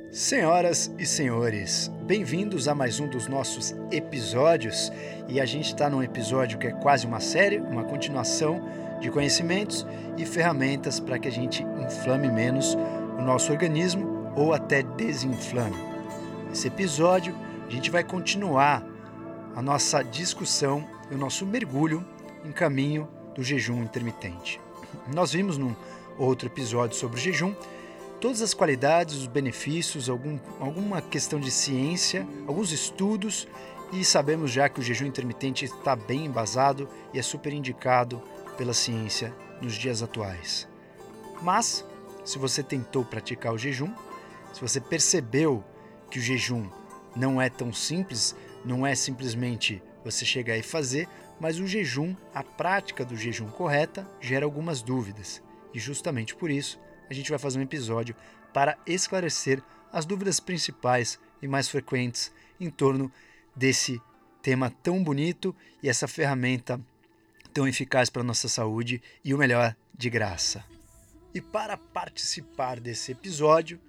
Senhoras e senhores, bem-vindos a mais um dos nossos episódios. E a gente está num episódio que é quase uma série, uma continuação de conhecimentos e ferramentas para que a gente inflame menos o nosso organismo ou até desinflame. Nesse episódio, a gente vai continuar a nossa discussão e o nosso mergulho em caminho do jejum intermitente. Nós vimos num outro episódio sobre o jejum todas as qualidades, os benefícios, alguma questão de ciência, alguns estudos, e sabemos já que o jejum intermitente está bem embasado e é super indicado pela ciência nos dias atuais. Mas, se você tentou praticar o jejum, se você percebeu que o jejum não é tão simples, não é simplesmente você chegar e fazer, mas o jejum, a prática do jejum correta, gera algumas dúvidas. E justamente por isso, a gente vai fazer um episódio para esclarecer as dúvidas principais e mais frequentes em torno desse tema tão bonito e essa ferramenta tão eficaz para a nossa saúde e o melhor, de graça. E para participar desse episódio,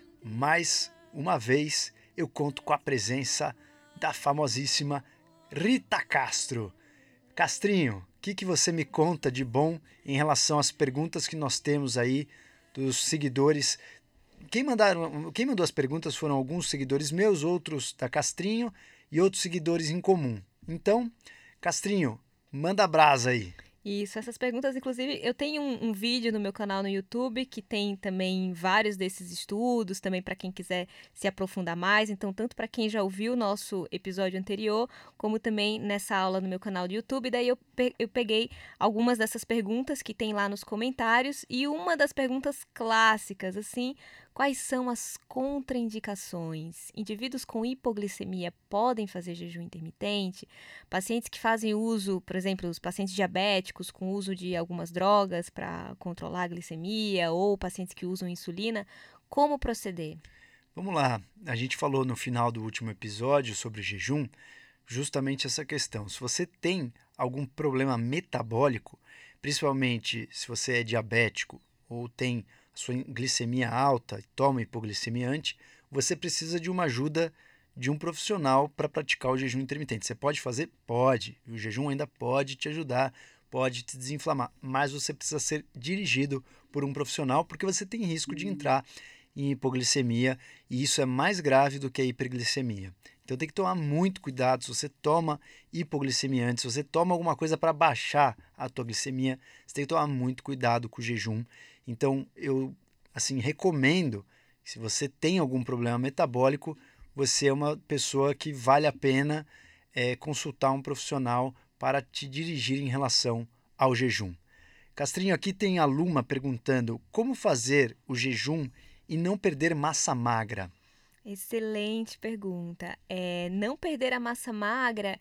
mais uma vez eu conto com a presença da famosíssima Rita Castro. Castrinho, o que você me conta de bom em relação às perguntas que nós temos aí dos seguidores? Quem mandou as perguntas foram alguns seguidores meus, outros da Castrinho e outros seguidores em comum. Então, Castrinho, manda brasa aí. Isso, essas perguntas, inclusive, eu tenho um vídeo no meu canal no YouTube que tem também vários desses estudos, também para quem quiser se aprofundar mais. Então, tanto para quem já ouviu o nosso episódio anterior, como também nessa aula no meu canal do YouTube. Daí eu peguei algumas dessas perguntas que tem lá nos comentários e uma das perguntas clássicas, assim, quais são as contraindicações? Indivíduos com hipoglicemia podem fazer jejum intermitente? Pacientes que fazem uso, por exemplo, os pacientes diabéticos com uso de algumas drogas para controlar a glicemia ou pacientes que usam insulina, como proceder? Vamos lá, a gente falou no final do último episódio sobre jejum, justamente essa questão. Se você tem algum problema metabólico, principalmente se você é diabético ou tem sua glicemia alta e toma hipoglicemiante, você precisa de uma ajuda de um profissional para praticar o jejum intermitente. Você pode fazer? Pode. O jejum ainda pode te ajudar, pode te desinflamar, mas você precisa ser dirigido por um profissional porque você tem risco de entrar em hipoglicemia e isso é mais grave do que a hiperglicemia. Então tem que tomar muito cuidado se você toma hipoglicemiante, se você toma alguma coisa para baixar a tua glicemia, você tem que tomar muito cuidado com o jejum. Então eu recomendo, se você tem algum problema metabólico, você é uma pessoa que vale a pena consultar um profissional para te dirigir em relação ao jejum. Castrinho, aqui tem a Luma perguntando como fazer o jejum e não perder massa magra. Excelente pergunta. Não perder a massa magra,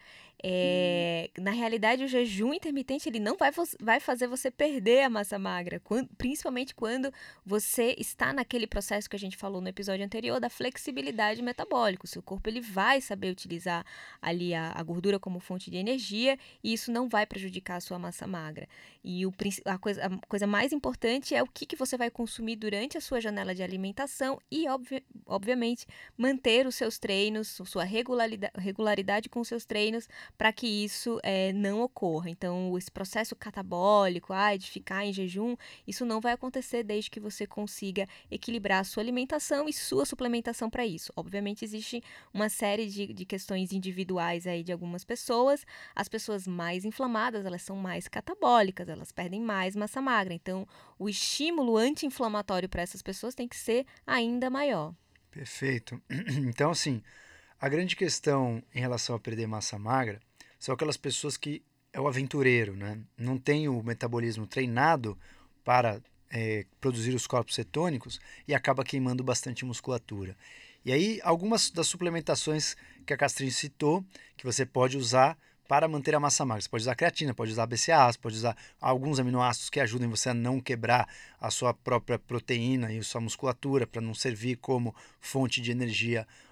na realidade o jejum intermitente ele não vai fazer você perder a massa magra, principalmente quando você está naquele processo que a gente falou no episódio anterior da flexibilidade metabólica. O seu corpo ele vai saber utilizar ali a gordura como fonte de energia e isso não vai prejudicar a sua massa magra. E a coisa mais importante é o que você vai consumir durante a sua janela de alimentação e, obviamente, manter os seus treinos, sua regularidade com os seus treinos, para que isso não ocorra. Então, esse processo catabólico, de ficar em jejum, isso não vai acontecer desde que você consiga equilibrar a sua alimentação e sua suplementação para isso. Obviamente, existe uma série de questões individuais aí de algumas pessoas. As pessoas mais inflamadas, elas são mais catabólicas, elas perdem mais massa magra. Então, o estímulo anti-inflamatório para essas pessoas tem que ser ainda maior. Perfeito. Então, assim, a grande questão em relação a perder massa magra são aquelas pessoas que é o aventureiro, né? Não tem o metabolismo treinado para produzir os corpos cetônicos e acaba queimando bastante musculatura. E aí, algumas das suplementações que a Castrinho citou, que você pode usar para manter a massa magra. Você pode usar creatina, pode usar BCAAs, pode usar alguns aminoácidos que ajudem você a não quebrar a sua própria proteína e a sua musculatura para não servir como fonte de energia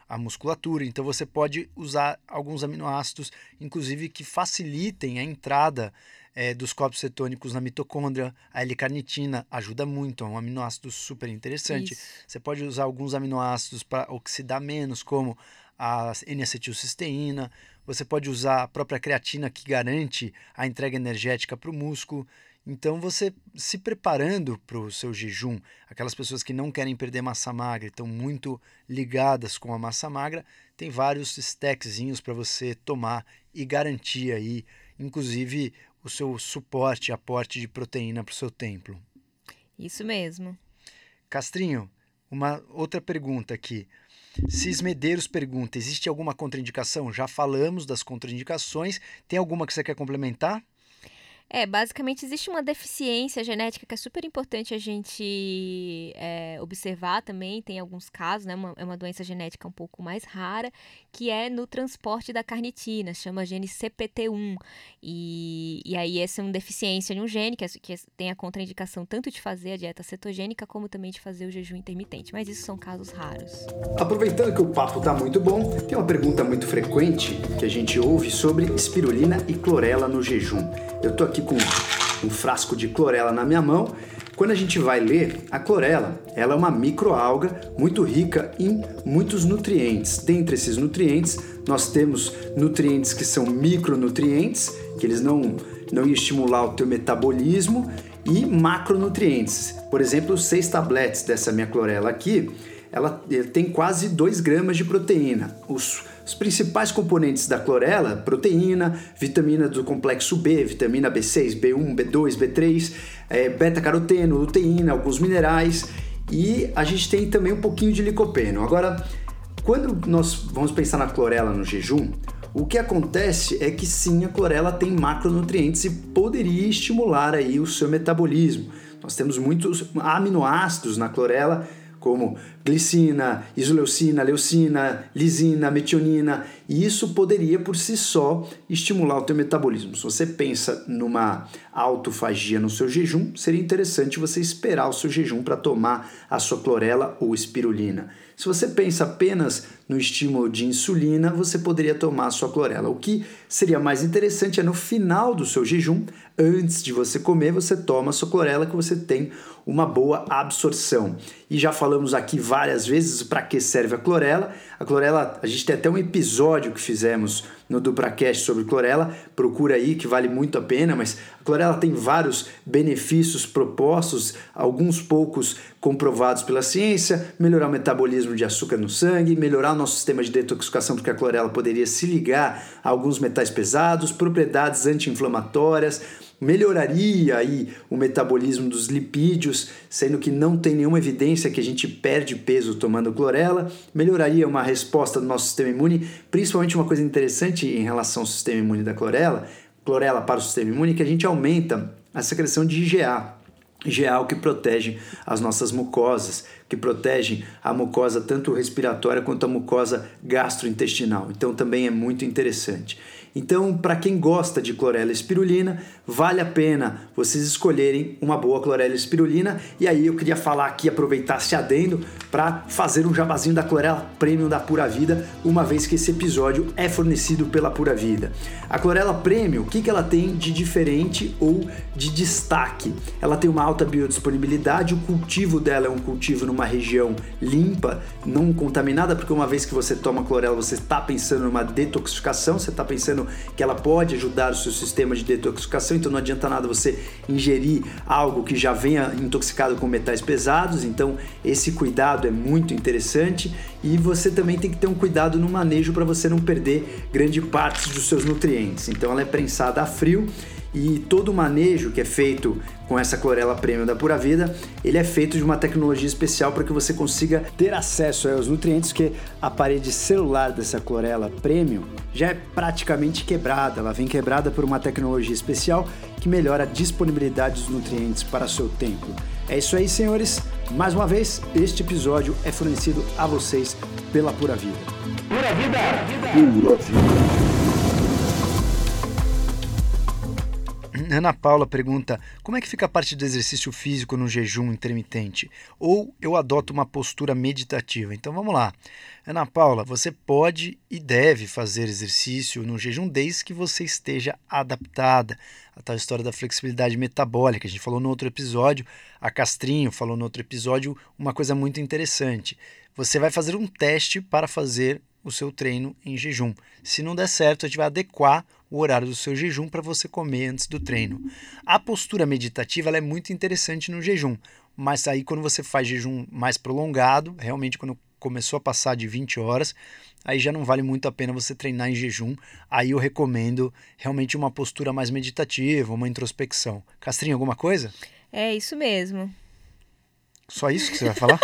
a musculatura. Então você pode usar alguns aminoácidos, inclusive que facilitem a entrada dos corpos cetônicos na mitocôndria. A L-carnitina ajuda muito, é um aminoácido super interessante. Isso. Você pode usar alguns aminoácidos para oxidar menos, como a N-acetilcisteína. Você pode usar a própria creatina, que garante a entrega energética para o músculo. Então, você se preparando para o seu jejum, aquelas pessoas que não querem perder massa magra e estão muito ligadas com a massa magra, tem vários stackzinhos para você tomar e garantir aí, inclusive, o seu suporte, aporte de proteína para o seu templo. Isso mesmo. Castrinho, uma outra pergunta aqui. Cis Medeiros pergunta, existe alguma contraindicação? Já falamos das contraindicações. Tem alguma que você quer complementar? Basicamente existe uma deficiência genética que é super importante a gente observar também. Tem alguns casos, né? É uma doença genética um pouco mais rara, que é no transporte da carnitina, chama gene CPT1. E aí essa é uma deficiência de um gene que tem a contraindicação tanto de fazer a dieta cetogênica como também de fazer o jejum intermitente. Mas isso são casos raros. Aproveitando que o papo tá muito bom, tem uma pergunta muito frequente que a gente ouve sobre espirulina e clorela no jejum. Eu tô aqui com um frasco de clorela na minha mão. Quando a gente vai ler, a clorela, ela é uma microalga muito rica em muitos nutrientes. Dentre esses nutrientes, nós temos nutrientes que são micronutrientes, que eles não iam estimular o teu metabolismo, e macronutrientes. Por exemplo, 6 tabletes dessa minha clorela aqui, ela tem quase 2 gramas de proteína. Os principais componentes da clorela, proteína, vitamina do complexo B, vitamina B6, B1, B2, B3, beta-caroteno, luteína, alguns minerais, e a gente tem também um pouquinho de licopeno. Agora, quando nós vamos pensar na clorela no jejum, o que acontece é que sim, a clorela tem macronutrientes e poderia estimular aí o seu metabolismo. Nós temos muitos aminoácidos na clorela, como glicina, isoleucina, leucina, lisina, metionina, e isso poderia por si só estimular o teu metabolismo. Se você pensa numa autofagia no seu jejum, seria interessante você esperar o seu jejum para tomar a sua clorela ou espirulina. Se você pensa apenas no estímulo de insulina, você poderia tomar a sua clorela. O que seria mais interessante é no final do seu jejum, antes de você comer, você toma a sua clorela, que você tem uma boa absorção. E já falamos aqui várias vezes para que serve a clorela. A clorela, a gente tem até um episódio que fizemos no DupraCast sobre clorela, procura aí que vale muito a pena, mas a clorela tem vários benefícios propostos, alguns poucos comprovados pela ciência: melhorar o metabolismo de açúcar no sangue, melhorar o nosso sistema de detoxificação, porque a clorela poderia se ligar a alguns metais pesados, propriedades anti-inflamatórias, melhoraria aí o metabolismo dos lipídios, sendo que não tem nenhuma evidência que a gente perde peso tomando clorela, melhoraria uma resposta do nosso sistema imune, principalmente uma coisa interessante em relação ao sistema imune da clorela para o sistema imune, que a gente aumenta a secreção de IgA. IgA é o que protege as nossas mucosas, que protege a mucosa tanto respiratória quanto a mucosa gastrointestinal. Então também é muito interessante. Então, para quem gosta de clorela e espirulina, vale a pena vocês escolherem uma boa clorela e espirulina. E aí eu queria falar aqui, aproveitar esse adendo para fazer um jabazinho da clorela Premium da Pura Vida, uma vez que esse episódio é fornecido pela Pura Vida. A clorela Premium, o que ela tem de diferente ou de destaque? Ela tem uma alta biodisponibilidade, o cultivo dela é um cultivo numa região limpa, não contaminada, porque uma vez que você toma clorela, você está pensando numa detoxificação, você está pensando que ela pode ajudar o seu sistema de detoxificação, então não adianta nada você ingerir algo que já venha intoxicado com metais pesados. Então esse cuidado é muito interessante, e você também tem que ter um cuidado no manejo para você não perder grande parte dos seus nutrientes. Então ela é prensada a frio, e todo o manejo que é feito com essa clorela Premium da Pura Vida, ele é feito de uma tecnologia especial para que você consiga ter acesso aos nutrientes, que a parede celular dessa clorela Premium já é praticamente quebrada. Ela vem quebrada por uma tecnologia especial que melhora a disponibilidade dos nutrientes para o seu templo. É isso aí, senhores. Mais uma vez, este episódio é fornecido a vocês pela Pura Vida. Pura Vida! Pura Vida! Ana Paula pergunta, como é que fica a parte do exercício físico no jejum intermitente? Ou eu adoto uma postura meditativa? Então vamos lá. Ana Paula, você pode e deve fazer exercício no jejum desde que você esteja adaptada. A tal história da flexibilidade metabólica, a gente falou no outro episódio, a Castrinho falou no outro episódio uma coisa muito interessante. Você vai fazer um teste para fazer o seu treino em jejum. Se não der certo, a gente vai adequar o horário do seu jejum para você comer antes do treino. A postura meditativa ela é muito interessante no jejum, mas aí quando você faz jejum mais prolongado, realmente quando começou a passar de 20 horas, aí já não vale muito a pena você treinar em jejum. Aí eu recomendo realmente uma postura mais meditativa, uma introspecção. Castrinho, alguma coisa? É isso mesmo. Só isso que você vai falar?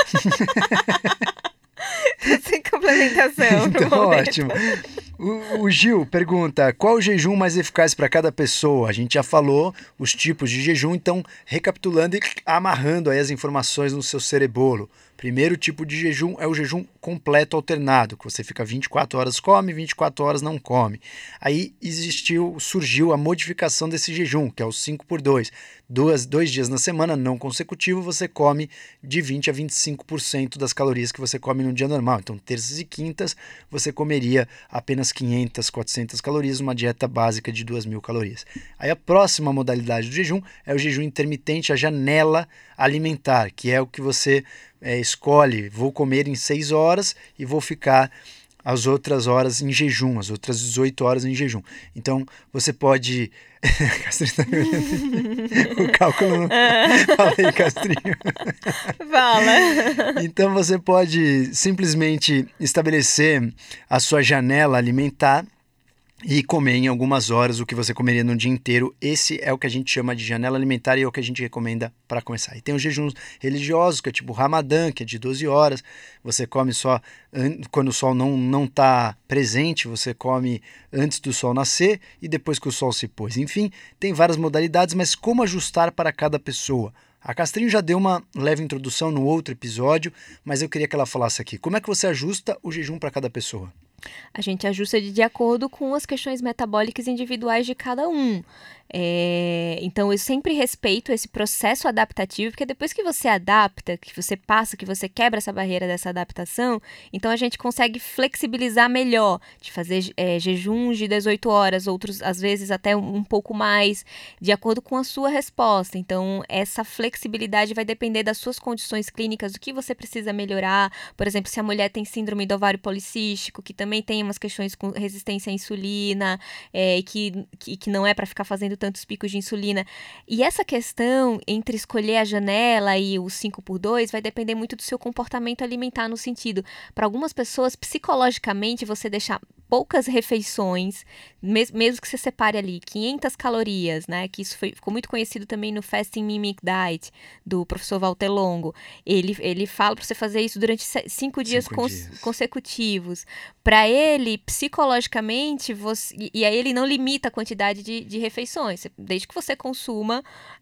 Sem complementação. Então, ótimo. O Gil pergunta, qual o jejum mais eficaz para cada pessoa? A gente já falou os tipos de jejum, então recapitulando e amarrando aí as informações no seu cerebolo. Primeiro tipo de jejum é o jejum completo alternado, que você fica 24 horas come, 24 horas não come. Aí surgiu a modificação desse jejum, que é o 5x2. Dois dias na semana, não consecutivo, você come de 20 a 25% das calorias que você come no dia normal. Então, terças e quintas, você comeria apenas 500, 400 calorias, uma dieta básica de 2.000 calorias. Aí a próxima modalidade do jejum é o jejum intermitente, a janela alimentar, que é o que você escolhe, vou comer em 6 horas e vou ficar as outras horas em jejum, as outras 18 horas em jejum. Então, você pode... O cálculo não... Fala aí, Castrinho. Fala. Então, você pode simplesmente estabelecer a sua janela alimentar e comer em algumas horas o que você comeria no dia inteiro. Esse é o que a gente chama de janela alimentar e é o que a gente recomenda para começar. E tem os jejuns religiosos, que é tipo o Ramadã, que é de 12 horas. Você come só quando o sol não está presente, você come antes do sol nascer e depois que o sol se pôs. Enfim, tem várias modalidades, mas como ajustar para cada pessoa? A Castrinho já deu uma leve introdução no outro episódio, mas eu queria que ela falasse aqui. Como é que você ajusta o jejum para cada pessoa? A gente ajusta de acordo com as questões metabólicas individuais de cada um. Então, eu sempre respeito esse processo adaptativo, porque depois que você adapta, que você passa, que você quebra essa barreira dessa adaptação, então a gente consegue flexibilizar melhor, de fazer jejuns de 18 horas, outros às vezes até um pouco mais, de acordo com a sua resposta. Então, essa flexibilidade vai depender das suas condições clínicas, do que você precisa melhorar. Por exemplo, se a mulher tem síndrome do ovário policístico, que também tem umas questões com resistência à insulina, que não é para ficar fazendo tantos picos de insulina. E essa questão entre escolher a janela e o 5x2 vai depender muito do seu comportamento alimentar, no sentido, para algumas pessoas, psicologicamente, você deixar poucas refeições, mesmo que você separe ali 500 calorias, né, que isso ficou muito conhecido também no Fasting Mimic Diet, do professor Walter Longo. Ele fala para você fazer isso durante 5 dias consecutivos. Para ele, psicologicamente, e aí ele não limita a quantidade de refeições. Desde que você consuma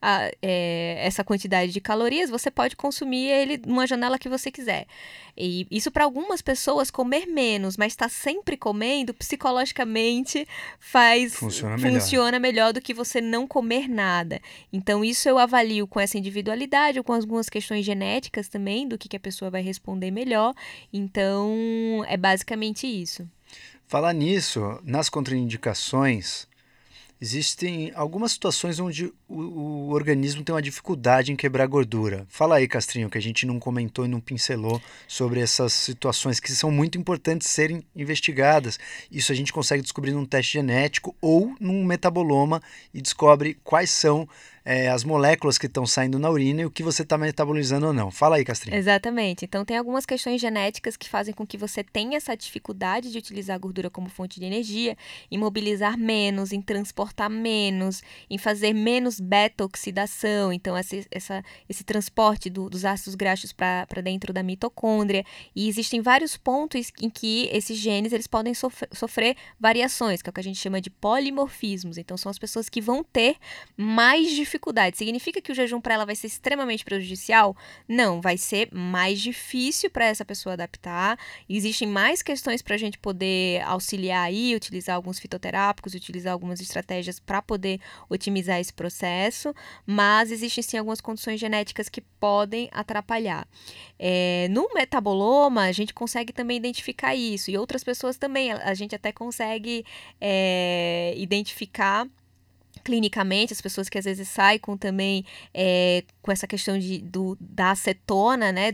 essa quantidade de calorias, você pode consumir ele numa janela que você quiser. E isso, para algumas pessoas, comer menos, mas estar sempre comendo, psicologicamente funciona melhor do que você não comer nada. Então, isso eu avalio com essa individualidade, ou com algumas questões genéticas também, do que a pessoa vai responder melhor. Então, é basicamente isso. Falar nisso, nas contraindicações, existem algumas situações onde o organismo tem uma dificuldade em quebrar gordura. Fala aí, Castrinho, que a gente não comentou e não pincelou sobre essas situações que são muito importantes serem investigadas. Isso a gente consegue descobrir num teste genético ou num metaboloma e descobre quais são as moléculas que estão saindo na urina e o que você está metabolizando ou não. Fala aí, Castrinho. Exatamente. Então, tem algumas questões genéticas que fazem com que você tenha essa dificuldade de utilizar a gordura como fonte de energia, em mobilizar menos, em transportar menos, em fazer menos beta-oxidação. Então, esse transporte dos ácidos graxos para dentro da mitocôndria. E existem vários pontos em que esses genes eles podem sofrer variações, que é o que a gente chama de polimorfismos. Então, são as pessoas que vão ter mais dificuldade dificuldade. Significa que o jejum para ela vai ser extremamente prejudicial? Não, vai ser mais difícil para essa pessoa adaptar. Existem mais questões para a gente poder auxiliar aí, utilizar alguns fitoterápicos, utilizar algumas estratégias para poder otimizar esse processo, mas existem sim algumas condições genéticas que podem atrapalhar. No metaboloma, a gente consegue também identificar isso, e outras pessoas também, a gente até consegue identificar clinicamente, as pessoas que às vezes saem com também com essa questão da acetona, né,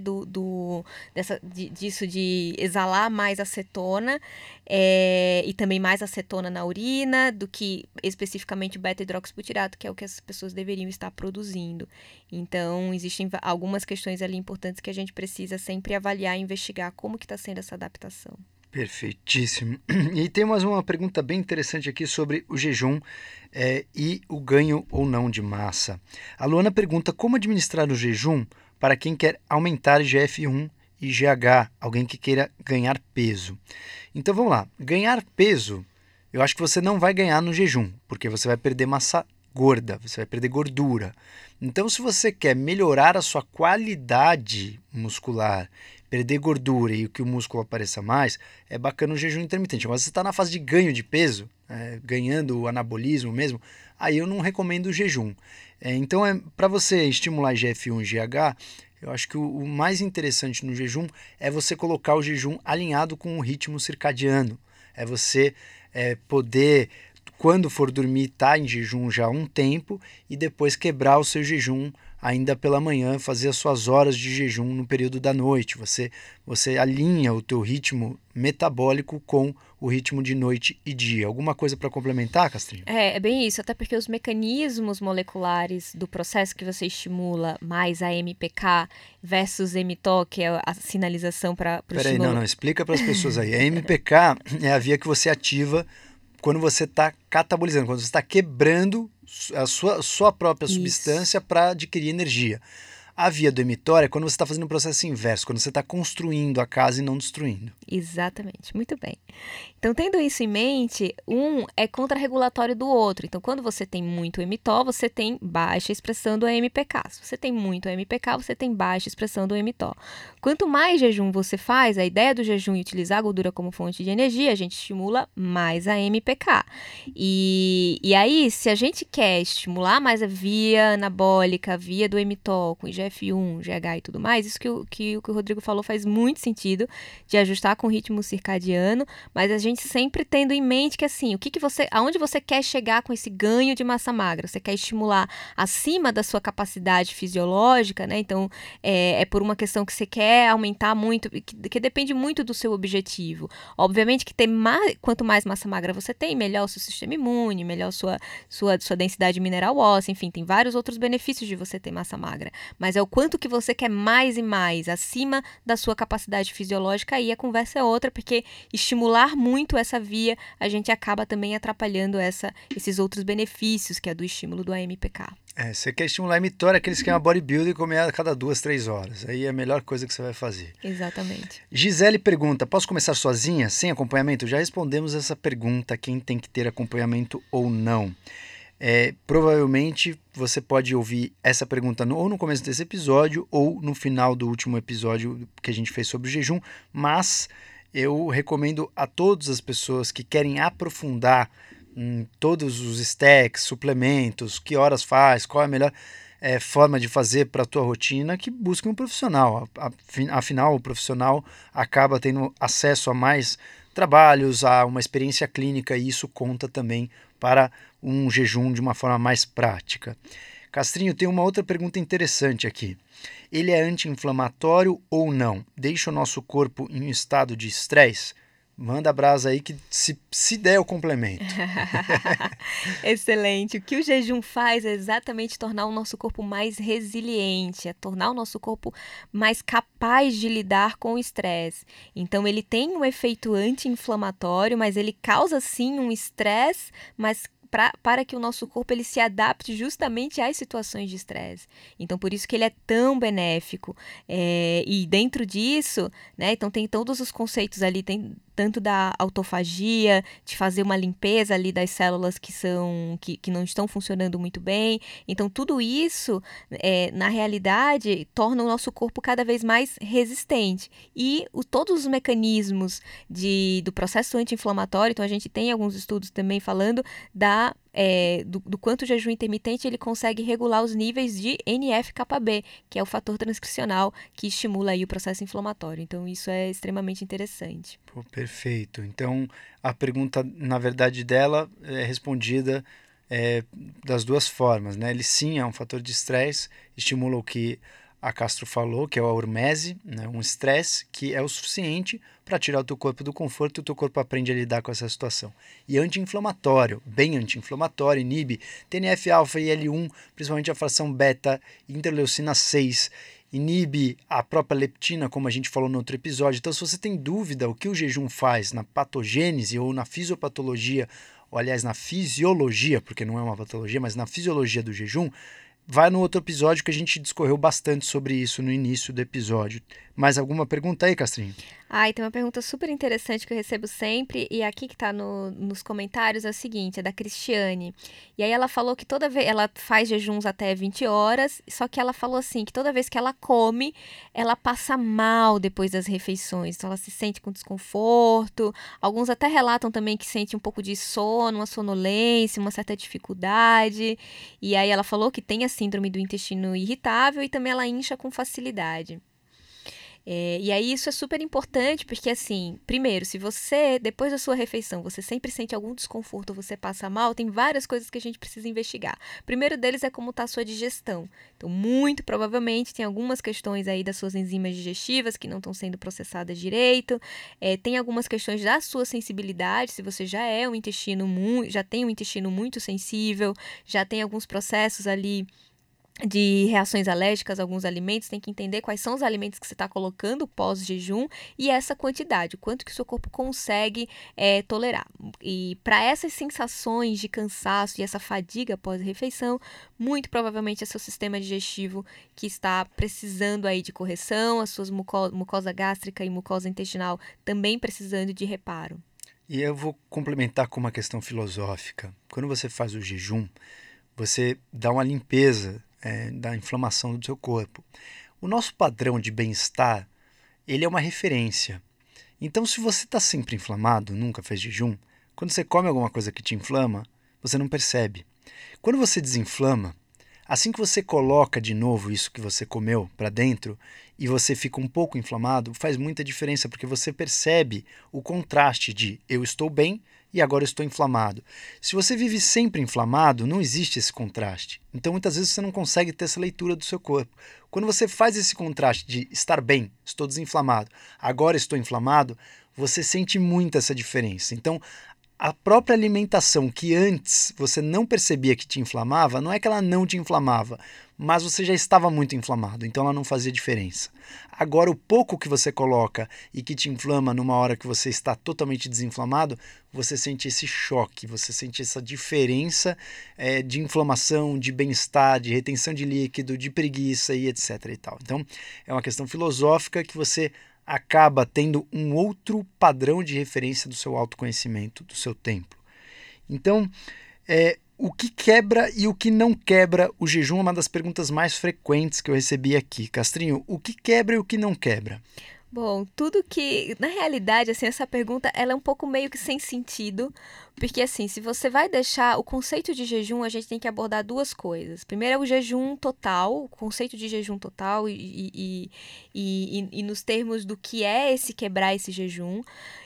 disso de exalar mais acetona, e também mais acetona na urina do que especificamente o beta-hidroxibutirato, que é o que as pessoas deveriam estar produzindo. Então, existem algumas questões ali importantes que a gente precisa sempre avaliar e investigar como que está sendo essa adaptação. Perfeitíssimo. E tem mais uma pergunta bem interessante aqui sobre o jejum e o ganho ou não de massa. A Luana pergunta como administrar o jejum para quem quer aumentar GF1 e GH, alguém que queira ganhar peso. Então vamos lá, ganhar peso, eu acho que você não vai ganhar no jejum, porque você vai perder massa gorda, você vai perder gordura. Então, se você quer melhorar a sua qualidade muscular, perder gordura e que o músculo apareça mais, é bacana o jejum intermitente. Agora, se você está na fase de ganho de peso, ganhando o anabolismo mesmo, aí eu não recomendo o jejum. Então, para você estimular GF1 e GH, eu acho que o mais interessante no jejum é você colocar o jejum alinhado com o ritmo circadiano. É você poder, quando for dormir, estar em jejum já há um tempo e depois quebrar o seu jejum ainda pela manhã, fazer as suas horas de jejum no período da noite. Você alinha o teu ritmo metabólico com o ritmo de noite e dia. Alguma coisa para complementar, Castrinho? É bem isso, até porque os mecanismos moleculares do processo que você estimula, mais a MPK versus mTOR, que é a sinalização para o estímulo... Peraí, não, explica para as pessoas aí. A MPK é a via que você ativa quando você está catabolizando, quando você está quebrando a sua própria substância para adquirir energia. A via do mTOR é quando você está fazendo um processo inverso, quando você está construindo a casa e não destruindo. Exatamente, muito bem. Então, tendo isso em mente, um é contrarregulatório do outro. Então, quando você tem muito mTOR, você tem baixa expressão do MPK. Se você tem muito MPK, você tem baixa expressão do mTOR. Quanto mais jejum você faz, a ideia do jejum é utilizar a gordura como fonte de energia, a gente estimula mais a MPK. E aí, se a gente quer estimular mais a via anabólica, a via do mTOR, com IGF-1, GH e tudo mais, isso que o Rodrigo falou faz muito sentido, de ajustar com o ritmo circadiano, mas a gente sempre tendo em mente que assim, aonde você quer chegar com esse ganho de massa magra? Você quer estimular acima da sua capacidade fisiológica, né? Então, é por uma questão que você quer aumentar muito, que depende muito do seu objetivo. Obviamente que quanto mais massa magra você tem, melhor o seu sistema imune, melhor sua densidade mineral óssea, enfim, tem vários outros benefícios de você ter massa magra. Mas é o quanto que você quer mais e mais, acima da sua capacidade fisiológica, aí a conversa é outra, porque estimular muito essa via, a gente acaba também atrapalhando esses outros benefícios, que é do estímulo do AMPK. Você quer estimular mTOR, aqueles que é uma bodybuilder e comer a cada 2-3 horas. Aí é a melhor coisa que você vai fazer. Exatamente. Gisele pergunta, posso começar sozinha, sem acompanhamento? Já respondemos essa pergunta, quem tem que ter acompanhamento ou não. Provavelmente você pode ouvir essa pergunta ou no começo desse episódio ou no final do último episódio que a gente fez sobre o jejum, mas eu recomendo a todas as pessoas que querem aprofundar em todos os stacks, suplementos, que horas faz, qual é a melhor forma de fazer para a tua rotina, que busquem um profissional. Afinal, o profissional acaba tendo acesso a mais trabalhos, a uma experiência clínica, e isso conta também para um jejum de uma forma mais prática. Castrinho, tem uma outra pergunta interessante aqui. Ele é anti-inflamatório ou não? Deixa o nosso corpo em um estado de estresse? Manda a brasa aí que se der eu complemento. Excelente. O que o jejum faz é exatamente tornar o nosso corpo mais resiliente, é tornar o nosso corpo mais capaz de lidar com o estresse. Então, ele tem um efeito anti-inflamatório, mas ele causa sim um estresse, mas para que o nosso corpo ele se adapte justamente às situações de estresse. Então, por isso que ele é tão benéfico. E dentro disso, né, então tem todos os conceitos ali, tanto da autofagia, de fazer uma limpeza ali das células que não estão funcionando muito bem. Então, tudo isso, na realidade, torna o nosso corpo cada vez mais resistente. E todos os mecanismos do processo anti-inflamatório, então a gente tem alguns estudos também falando do quanto o jejum intermitente ele consegue regular os níveis de NF-κB, que é o fator transcricional que estimula aí o processo inflamatório. Então, isso é extremamente interessante. Pô, perfeito. Então, a pergunta, na verdade, dela é respondida das duas formas, né? Ele sim é um fator de estresse, estimula o que a Castro falou, que é a hormese, né? Um estresse que é o suficiente para tirar o teu corpo do conforto e o teu corpo aprende a lidar com essa situação. E anti-inflamatório, bem anti-inflamatório, inibe TNF-alfa e L1, principalmente a fração beta, interleucina 6, inibe a própria leptina, como a gente falou no outro episódio. Então, se você tem dúvida o que o jejum faz na patogênese ou na fisiopatologia, ou aliás, na fisiologia, porque não é uma patologia, mas na fisiologia do jejum, vai no outro episódio que a gente discorreu bastante sobre isso no início do episódio. Mais alguma pergunta aí, Castrinho? E tem uma pergunta super interessante que eu recebo sempre, e aqui que está nos comentários é o seguinte, é da Cristiane. E aí ela falou que toda vez, ela faz jejuns até 20 horas, só que ela falou assim, que toda vez que ela come, ela passa mal depois das refeições. Então ela se sente com desconforto, alguns até relatam também que sente um pouco de sono, uma sonolência, uma certa dificuldade. E aí ela falou que tem a síndrome do intestino irritável e também ela incha com facilidade. E aí isso é super importante porque, assim, primeiro, se você, depois da sua refeição, você sempre sente algum desconforto, você passa mal, tem várias coisas que a gente precisa investigar. O primeiro deles é como está a sua digestão. Então, muito provavelmente, tem algumas questões aí das suas enzimas digestivas que não estão sendo processadas direito, tem algumas questões da sua sensibilidade, se você já já tem um intestino muito sensível, já tem alguns processos ali de reações alérgicas a alguns alimentos, tem que entender quais são os alimentos que você está colocando pós-jejum e essa quantidade, o quanto que o seu corpo consegue tolerar. E para essas sensações de cansaço e essa fadiga pós-refeição, muito provavelmente é seu sistema digestivo que está precisando aí de correção, as suas mucosa gástrica e mucosa intestinal também precisando de reparo. E eu vou complementar com uma questão filosófica. Quando você faz o jejum, você dá uma limpeza da inflamação do seu corpo. O nosso padrão de bem-estar, ele é uma referência. Então, se você está sempre inflamado, nunca fez jejum, quando você come alguma coisa que te inflama, você não percebe. Quando você desinflama, assim que você coloca de novo isso que você comeu para dentro e você fica um pouco inflamado, faz muita diferença, porque você percebe o contraste de eu estou bem e agora eu estou inflamado. Se você vive sempre inflamado, não existe esse contraste. Então, muitas vezes você não consegue ter essa leitura do seu corpo. Quando você faz esse contraste de estar bem, estou desinflamado, agora estou inflamado, você sente muito essa diferença. Então, a própria alimentação que antes você não percebia que te inflamava, não é que ela não te inflamava, mas você já estava muito inflamado, então ela não fazia diferença. Agora, o pouco que você coloca e que te inflama numa hora que você está totalmente desinflamado, você sente esse choque, você sente essa diferença de inflamação, de bem-estar, de retenção de líquido, de preguiça e etc. e tal. Então, é uma questão filosófica que você acaba tendo um outro padrão de referência do seu autoconhecimento, do seu templo. Então, o que quebra e o que não quebra o jejum é uma das perguntas mais frequentes que eu recebi aqui. Castrinho, o que quebra e o que não quebra? Bom, tudo que, na realidade, assim, essa pergunta, ela é um pouco meio que sem sentido, porque, assim, se você vai deixar o conceito de jejum, a gente tem que abordar duas coisas. Primeiro é o jejum total, o conceito de jejum total e nos termos do que é esse quebrar esse jejum.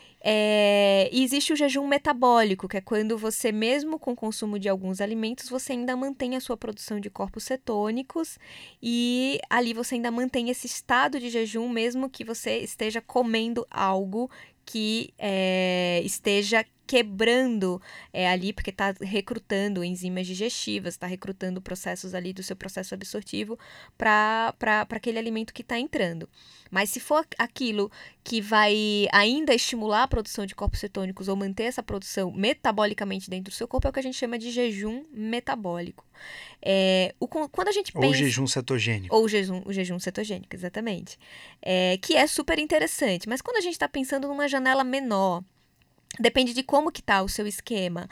E existe o jejum metabólico, que é quando você, mesmo com o consumo de alguns alimentos, você ainda mantém a sua produção de corpos cetônicos e ali você ainda mantém esse estado de jejum, mesmo que você esteja comendo algo que esteja quebrando ali, porque está recrutando enzimas digestivas, está recrutando processos ali do seu processo absortivo para aquele alimento que está entrando. Mas se for aquilo que vai ainda estimular a produção de corpos cetônicos ou manter essa produção metabolicamente dentro do seu corpo, é o que a gente chama de jejum metabólico. Quando a gente Ou o jejum cetogênico. Ou o jejum cetogênico, exatamente. Que é super interessante. Mas quando a gente está pensando numa janela menor, depende de como que tá o seu esquema.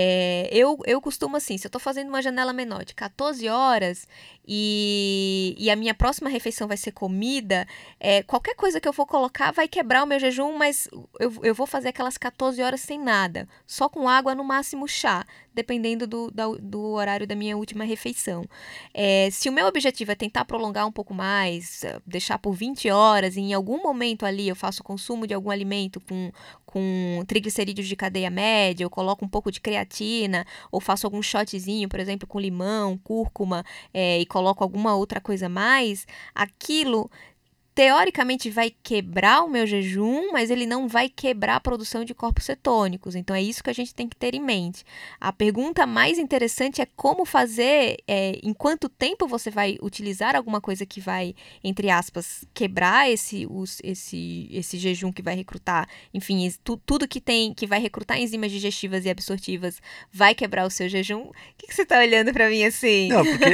Eu costumo assim, se eu tô fazendo uma janela menor de 14 horas e a minha próxima refeição vai ser comida, qualquer coisa que eu for colocar vai quebrar o meu jejum, mas eu vou fazer aquelas 14 horas sem nada, só com água, no máximo chá, dependendo do horário da minha última refeição. Se o meu objetivo é tentar prolongar um pouco mais, deixar por 20 horas, e em algum momento ali eu faço consumo de algum alimento com triglicerídeos de cadeia média, eu coloco um pouco de creatina, ou faço algum shotzinho, por exemplo, com limão, cúrcuma, e coloco alguma outra coisa a mais, aquilo teoricamente vai quebrar o meu jejum, mas ele não vai quebrar a produção de corpos cetônicos. Então é isso que a gente tem que ter em mente. A pergunta mais interessante é como fazer, em quanto tempo você vai utilizar alguma coisa que vai, entre aspas, quebrar esse jejum que vai recrutar, enfim, tudo que vai recrutar enzimas digestivas e absortivas vai quebrar o seu jejum. O que você está olhando para mim assim? Não, porque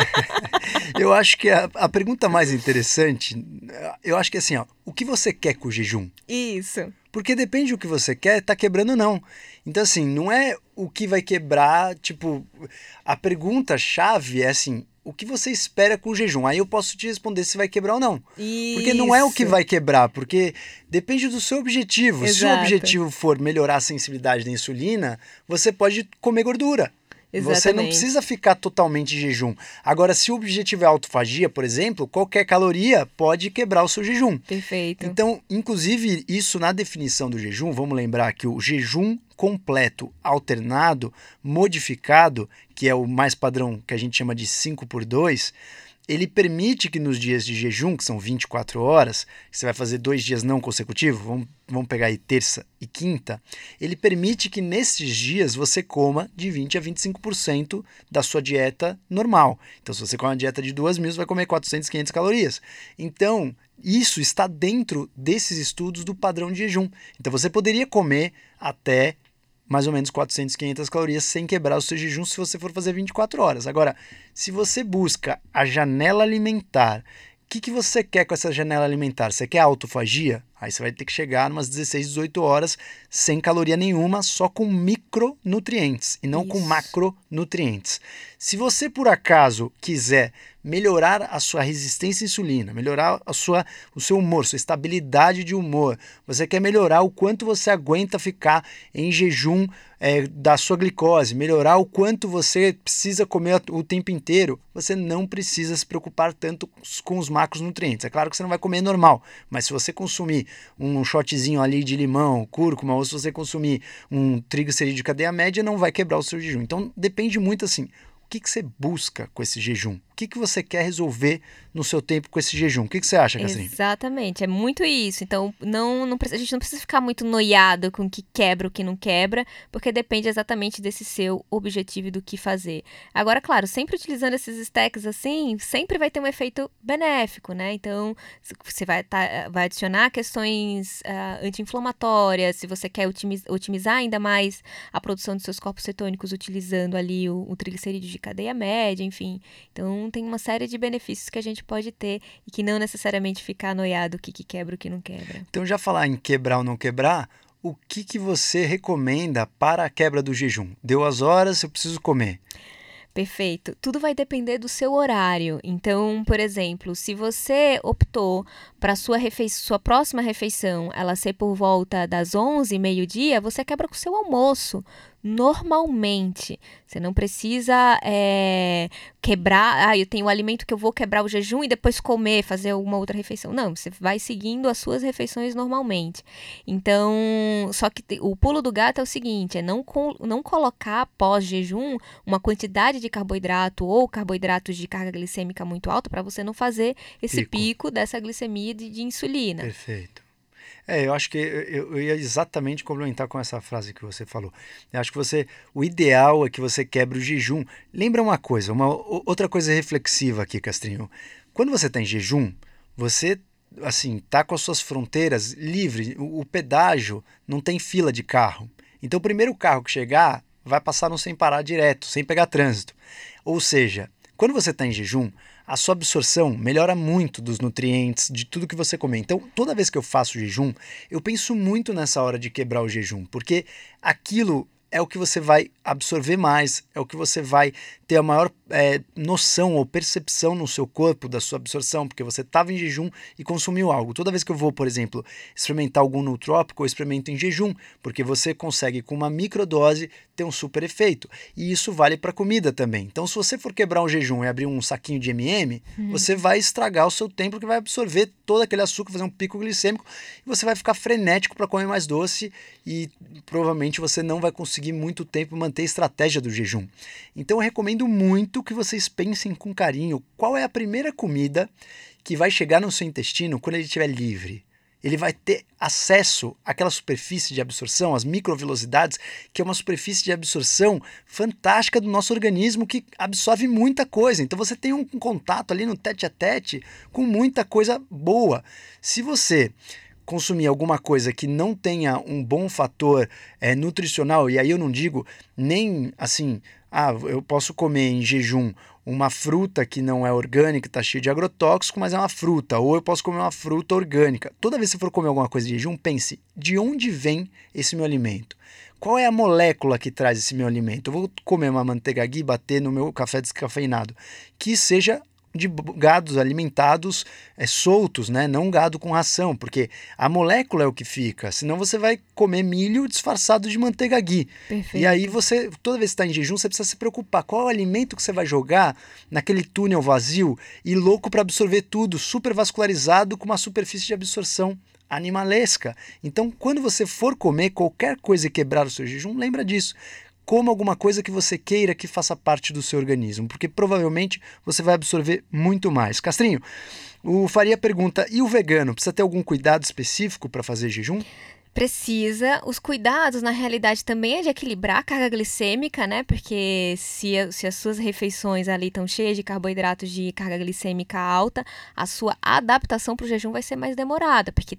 eu acho que a pergunta mais interessante, eu acho que é assim, ó, o que você quer com o jejum? Isso. Porque depende do que você quer, tá quebrando ou não. Então, assim, não é o que vai quebrar, tipo, a pergunta-chave é assim, o que você espera com o jejum? Aí eu posso te responder se vai quebrar ou não. Isso. Porque não é o que vai quebrar, porque depende do seu objetivo. Exato. Se o objetivo for melhorar a sensibilidade da insulina, você pode comer gordura. Exatamente. Você não precisa ficar totalmente em jejum. Agora, se o objetivo é autofagia, por exemplo, qualquer caloria pode quebrar o seu jejum. Perfeito. Então, inclusive, isso na definição do jejum, vamos lembrar que o jejum completo, alternado, modificado, que é o mais padrão que a gente chama de 5x2, ele permite que nos dias de jejum, que são 24 horas, que você vai fazer 2 dias não consecutivos, vamos pegar aí terça e quinta, ele permite que nesses dias você coma de 20 a 25% da sua dieta normal. Então, se você come uma dieta de 2.000, você vai comer 400, 500 calorias. Então, isso está dentro desses estudos do padrão de jejum. Então, você poderia comer até mais ou menos 400, 500 calorias sem quebrar o seu jejum se você for fazer 24 horas. Agora, se você busca a janela alimentar, o que você quer com essa janela alimentar? Você quer autofagia? Aí você vai ter que chegar umas 16, 18 horas sem caloria nenhuma, só com micronutrientes e não com macronutrientes. Se você, por acaso, quiser melhorar a sua resistência à insulina, melhorar o seu humor, sua estabilidade de humor, você quer melhorar o quanto você aguenta ficar em jejum da sua glicose, melhorar o quanto você precisa comer o tempo inteiro, você não precisa se preocupar tanto com os macronutrientes. É claro que você não vai comer normal, mas se você consumir um shotzinho ali de limão, cúrcuma, ou se você consumir um triglicerídeo de cadeia média, não vai quebrar o seu jejum. Então depende muito assim, o que você busca com esse jejum? O que você quer resolver no seu tempo com esse jejum? O que você acha, Castrinha? Exatamente, é muito isso. Então, a gente não precisa ficar muito noiado com o que quebra, o que não quebra, porque depende exatamente desse seu objetivo e do que fazer. Agora, claro, sempre utilizando esses stacks assim, sempre vai ter um efeito benéfico, né? Então, você vai adicionar questões anti-inflamatórias, se você quer otimizar ainda mais a produção dos seus corpos cetônicos utilizando ali o triglicerídeo de cadeia média, enfim. Então, tem uma série de benefícios que a gente pode ter e que não necessariamente ficar noiado o que quebra, o que não quebra. Então, já falar em quebrar ou não quebrar, o que você recomenda para a quebra do jejum? Deu as horas, eu preciso comer. Perfeito. Tudo vai depender do seu horário. Então, por exemplo, se você optou para sua próxima refeição ela ser por volta das 11, meio-dia, você quebra com o seu almoço. Normalmente, você não precisa quebrar, eu tenho o alimento que eu vou quebrar o jejum e depois comer, fazer alguma outra refeição. Não, você vai seguindo as suas refeições normalmente. Então, só que o pulo do gato é o seguinte, é não colocar pós-jejum uma quantidade de carboidrato ou carboidratos de carga glicêmica muito alta para você não fazer esse pico dessa glicemia de insulina. Perfeito. Eu acho que eu ia exatamente complementar com essa frase que você falou. Eu acho que o ideal é que você quebre o jejum. Lembra uma coisa, outra coisa reflexiva aqui, Castrinho. Quando você está em jejum, você está com as suas fronteiras livre. O pedágio não tem fila de carro. Então o primeiro carro que chegar vai passar no sem parar direto, sem pegar trânsito. Ou seja, quando você está em jejum, a sua absorção melhora muito dos nutrientes, de tudo que você comer. Então, toda vez que eu faço jejum, eu penso muito nessa hora de quebrar o jejum, porque aquilo é o que você vai absorver mais, é o que você vai ter a maior noção ou percepção no seu corpo da sua absorção, porque você estava em jejum e consumiu algo. Toda vez que eu vou, por exemplo, experimentar algum nootrópico, eu experimento em jejum, porque você consegue com uma microdose ter um super efeito. E isso vale para comida também. Então, se você for quebrar um jejum e abrir um saquinho de M&M, você vai estragar o seu tempo, porque vai absorver todo aquele açúcar, fazer um pico glicêmico, e você vai ficar frenético para comer mais doce e provavelmente você não vai conseguir muito tempo manter a estratégia do jejum. Então eu recomendo muito que vocês pensem com carinho qual é a primeira comida que vai chegar no seu intestino quando ele estiver livre. Ele vai ter acesso àquela superfície de absorção, às microvelocidades, que é uma superfície de absorção fantástica do nosso organismo que absorve muita coisa. Então você tem um contato ali no tete a tete com muita coisa boa. Se você consumir alguma coisa que não tenha um bom fator nutricional, e aí eu não digo nem assim, eu posso comer em jejum uma fruta que não é orgânica, está cheia de agrotóxico, mas é uma fruta, ou eu posso comer uma fruta orgânica. Toda vez que você for comer alguma coisa de jejum, pense, de onde vem esse meu alimento? Qual é a molécula que traz esse meu alimento? Eu vou comer uma manteiga ghee e bater no meu café descafeinado, que seja de gados alimentados soltos, né? Não gado com ração, porque a molécula é o que fica, senão você vai comer milho disfarçado de manteiga ghee. Perfeito. E aí você, toda vez que está em jejum, você precisa se preocupar, qual é o alimento que você vai jogar naquele túnel vazio e louco para absorver tudo, super vascularizado com uma superfície de absorção animalesca. Então, quando você for comer qualquer coisa e quebrar o seu jejum, lembra disso. Coma alguma coisa que você queira que faça parte do seu organismo, porque provavelmente você vai absorver muito mais. Castrinho, o Faria pergunta, e o vegano, precisa ter algum cuidado específico para fazer jejum? Precisa. Os cuidados, na realidade, também é de equilibrar a carga glicêmica, né? Porque se as suas refeições ali estão cheias de carboidratos de carga glicêmica alta, a sua adaptação para o jejum vai ser mais demorada, porque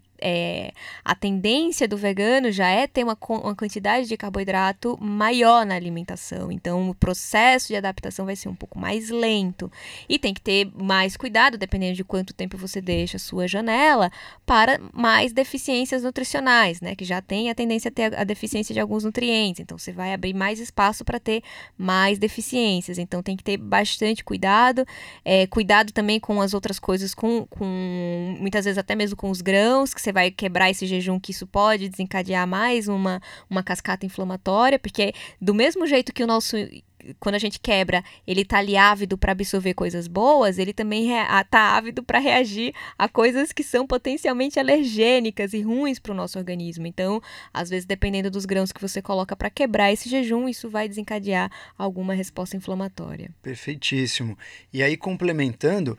a tendência do vegano já é ter uma quantidade de carboidrato maior na alimentação. Então, o processo de adaptação vai ser um pouco mais lento. E tem que ter mais cuidado, dependendo de quanto tempo você deixa a sua janela, para mais deficiências nutricionais, né? Que já tem a tendência a ter a deficiência de alguns nutrientes. Então, você vai abrir mais espaço para ter mais deficiências. Então, tem que ter bastante cuidado. Cuidado também com as outras coisas, com muitas vezes até mesmo com os grãos, que você vai quebrar esse jejum, que isso pode desencadear mais uma cascata inflamatória, porque do mesmo jeito que quando a gente quebra, ele tá ali ávido para absorver coisas boas, ele também tá ávido para reagir a coisas que são potencialmente alergênicas e ruins para o nosso organismo. Então, às vezes, dependendo dos grãos que você coloca para quebrar esse jejum, isso vai desencadear alguma resposta inflamatória. Perfeitíssimo. E aí, complementando,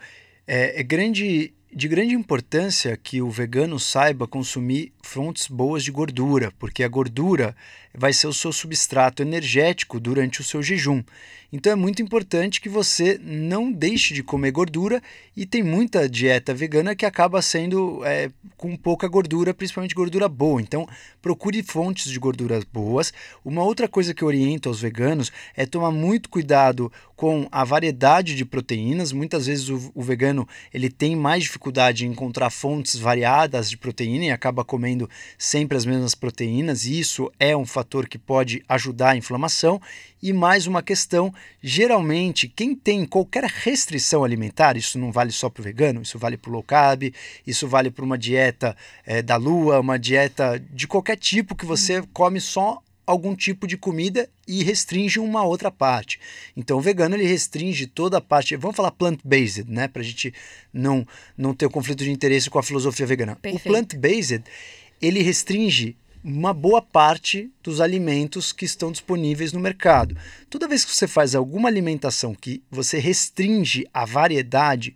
de grande importância que o vegano saiba consumir fontes boas de gordura, porque a gordura vai ser o seu substrato energético durante o seu jejum. Então é muito importante que você não deixe de comer gordura, e tem muita dieta vegana que acaba sendo com pouca gordura, principalmente gordura boa. Então procure fontes de gorduras boas. Uma outra coisa que eu oriento aos veganos é tomar muito cuidado com a variedade de proteínas. Muitas vezes o vegano ele tem mais dificuldade em encontrar fontes variadas de proteína e acaba comendo sempre as mesmas proteínas, e isso é um fator que pode ajudar a inflamação. E mais uma questão, geralmente quem tem qualquer restrição alimentar, isso não vale só para o vegano, isso vale para o low carb, isso vale para uma dieta da lua, uma dieta de qualquer tipo que você come só algum tipo de comida e restringe uma outra parte. Então o vegano ele restringe toda a parte, vamos falar plant-based, né, para a gente não ter o conflito de interesse com a filosofia vegana. Perfeito. O plant-based ele restringe uma boa parte dos alimentos que estão disponíveis no mercado. Toda vez que você faz alguma alimentação que você restringe a variedade,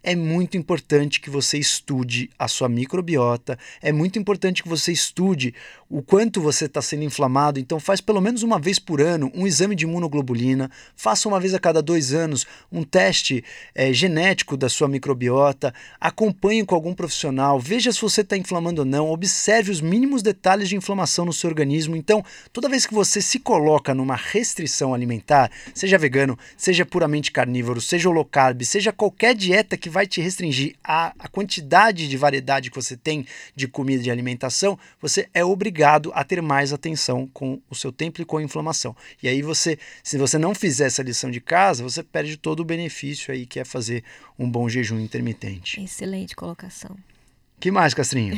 é muito importante que você estude a sua microbiota, é muito importante que você estude o quanto você está sendo inflamado. Então faz pelo menos uma vez por ano um exame de imunoglobulina, faça uma vez a cada 2 anos um teste genético da sua microbiota, acompanhe com algum profissional, veja se você está inflamando ou não, observe os mínimos detalhes de inflamação no seu organismo. Então, toda vez que você se coloca numa restrição alimentar, seja vegano, seja puramente carnívoro, seja low carb, seja qualquer dieta que vai te restringir a quantidade de variedade que você tem de comida e de alimentação, você é obrigado a ter mais atenção com o seu tempo e com a inflamação. E aí se você não fizer essa lição de casa, você perde todo o benefício aí que é fazer um bom jejum intermitente. Excelente colocação. Que mais, Castrinho?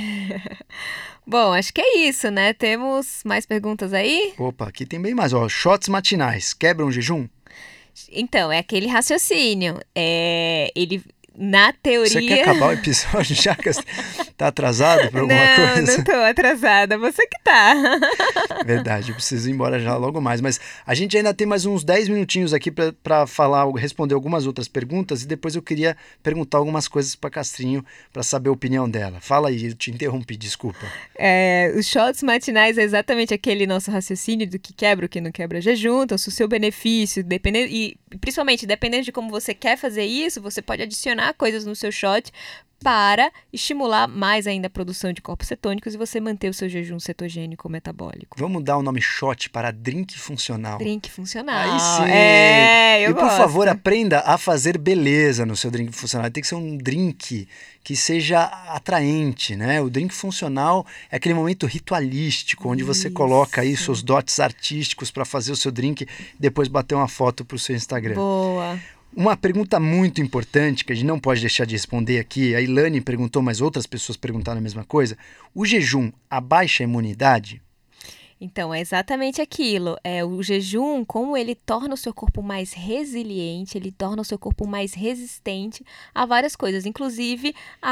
Bom, acho que é isso, né? Temos mais perguntas aí? Opa, aqui tem bem mais. Shots matinais quebram o jejum? Então, é aquele raciocínio. Ele, na teoria... Você quer acabar o episódio já? Tá atrasado por alguma coisa? Não tô atrasada. Você que tá. Verdade, eu preciso ir embora já logo mais. Mas a gente ainda tem mais uns 10 minutinhos aqui para responder algumas outras perguntas e depois eu queria perguntar algumas coisas para Castrinho para saber a opinião dela. Fala aí, eu te interrompi, desculpa. Os shots matinais é exatamente aquele nosso raciocínio do que quebra, o que não quebra jejum. Então, se o seu benefício, principalmente dependendo de como você quer fazer isso, você pode adicionar coisas no seu shot para estimular mais ainda a produção de corpos cetônicos e você manter o seu jejum cetogênico metabólico. Vamos dar o nome shot para drink funcional. Drink funcional. Aí sim. Eu gosto. Por favor, aprenda a fazer beleza no seu drink funcional. Tem que ser um drink que seja atraente, né? O drink funcional é aquele momento ritualístico, onde você coloca aí seus dotes artísticos para fazer o seu drink e depois bater uma foto para o seu Instagram. Boa. Uma pergunta muito importante que a gente não pode deixar de responder aqui, a Ilane perguntou, mas outras pessoas perguntaram a mesma coisa. O jejum abaixa a imunidade? Então, é exatamente aquilo. O jejum, como ele torna o seu corpo mais resiliente, ele torna o seu corpo mais resistente a várias coisas, inclusive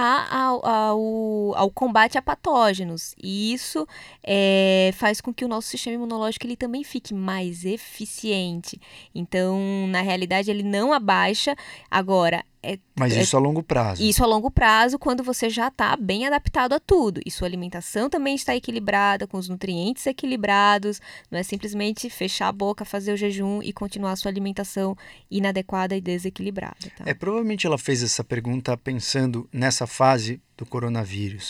ao combate a patógenos. E isso faz com que o nosso sistema imunológico ele também fique mais eficiente. Então, na realidade, ele não abaixa. Agora, mas isso a longo prazo. Isso a longo prazo, quando você já está bem adaptado a tudo. E sua alimentação também está equilibrada, com os nutrientes equilibrados. Não é simplesmente fechar a boca, fazer o jejum e continuar a sua alimentação inadequada e desequilibrada. Tá? Provavelmente ela fez essa pergunta pensando nessa fase do coronavírus.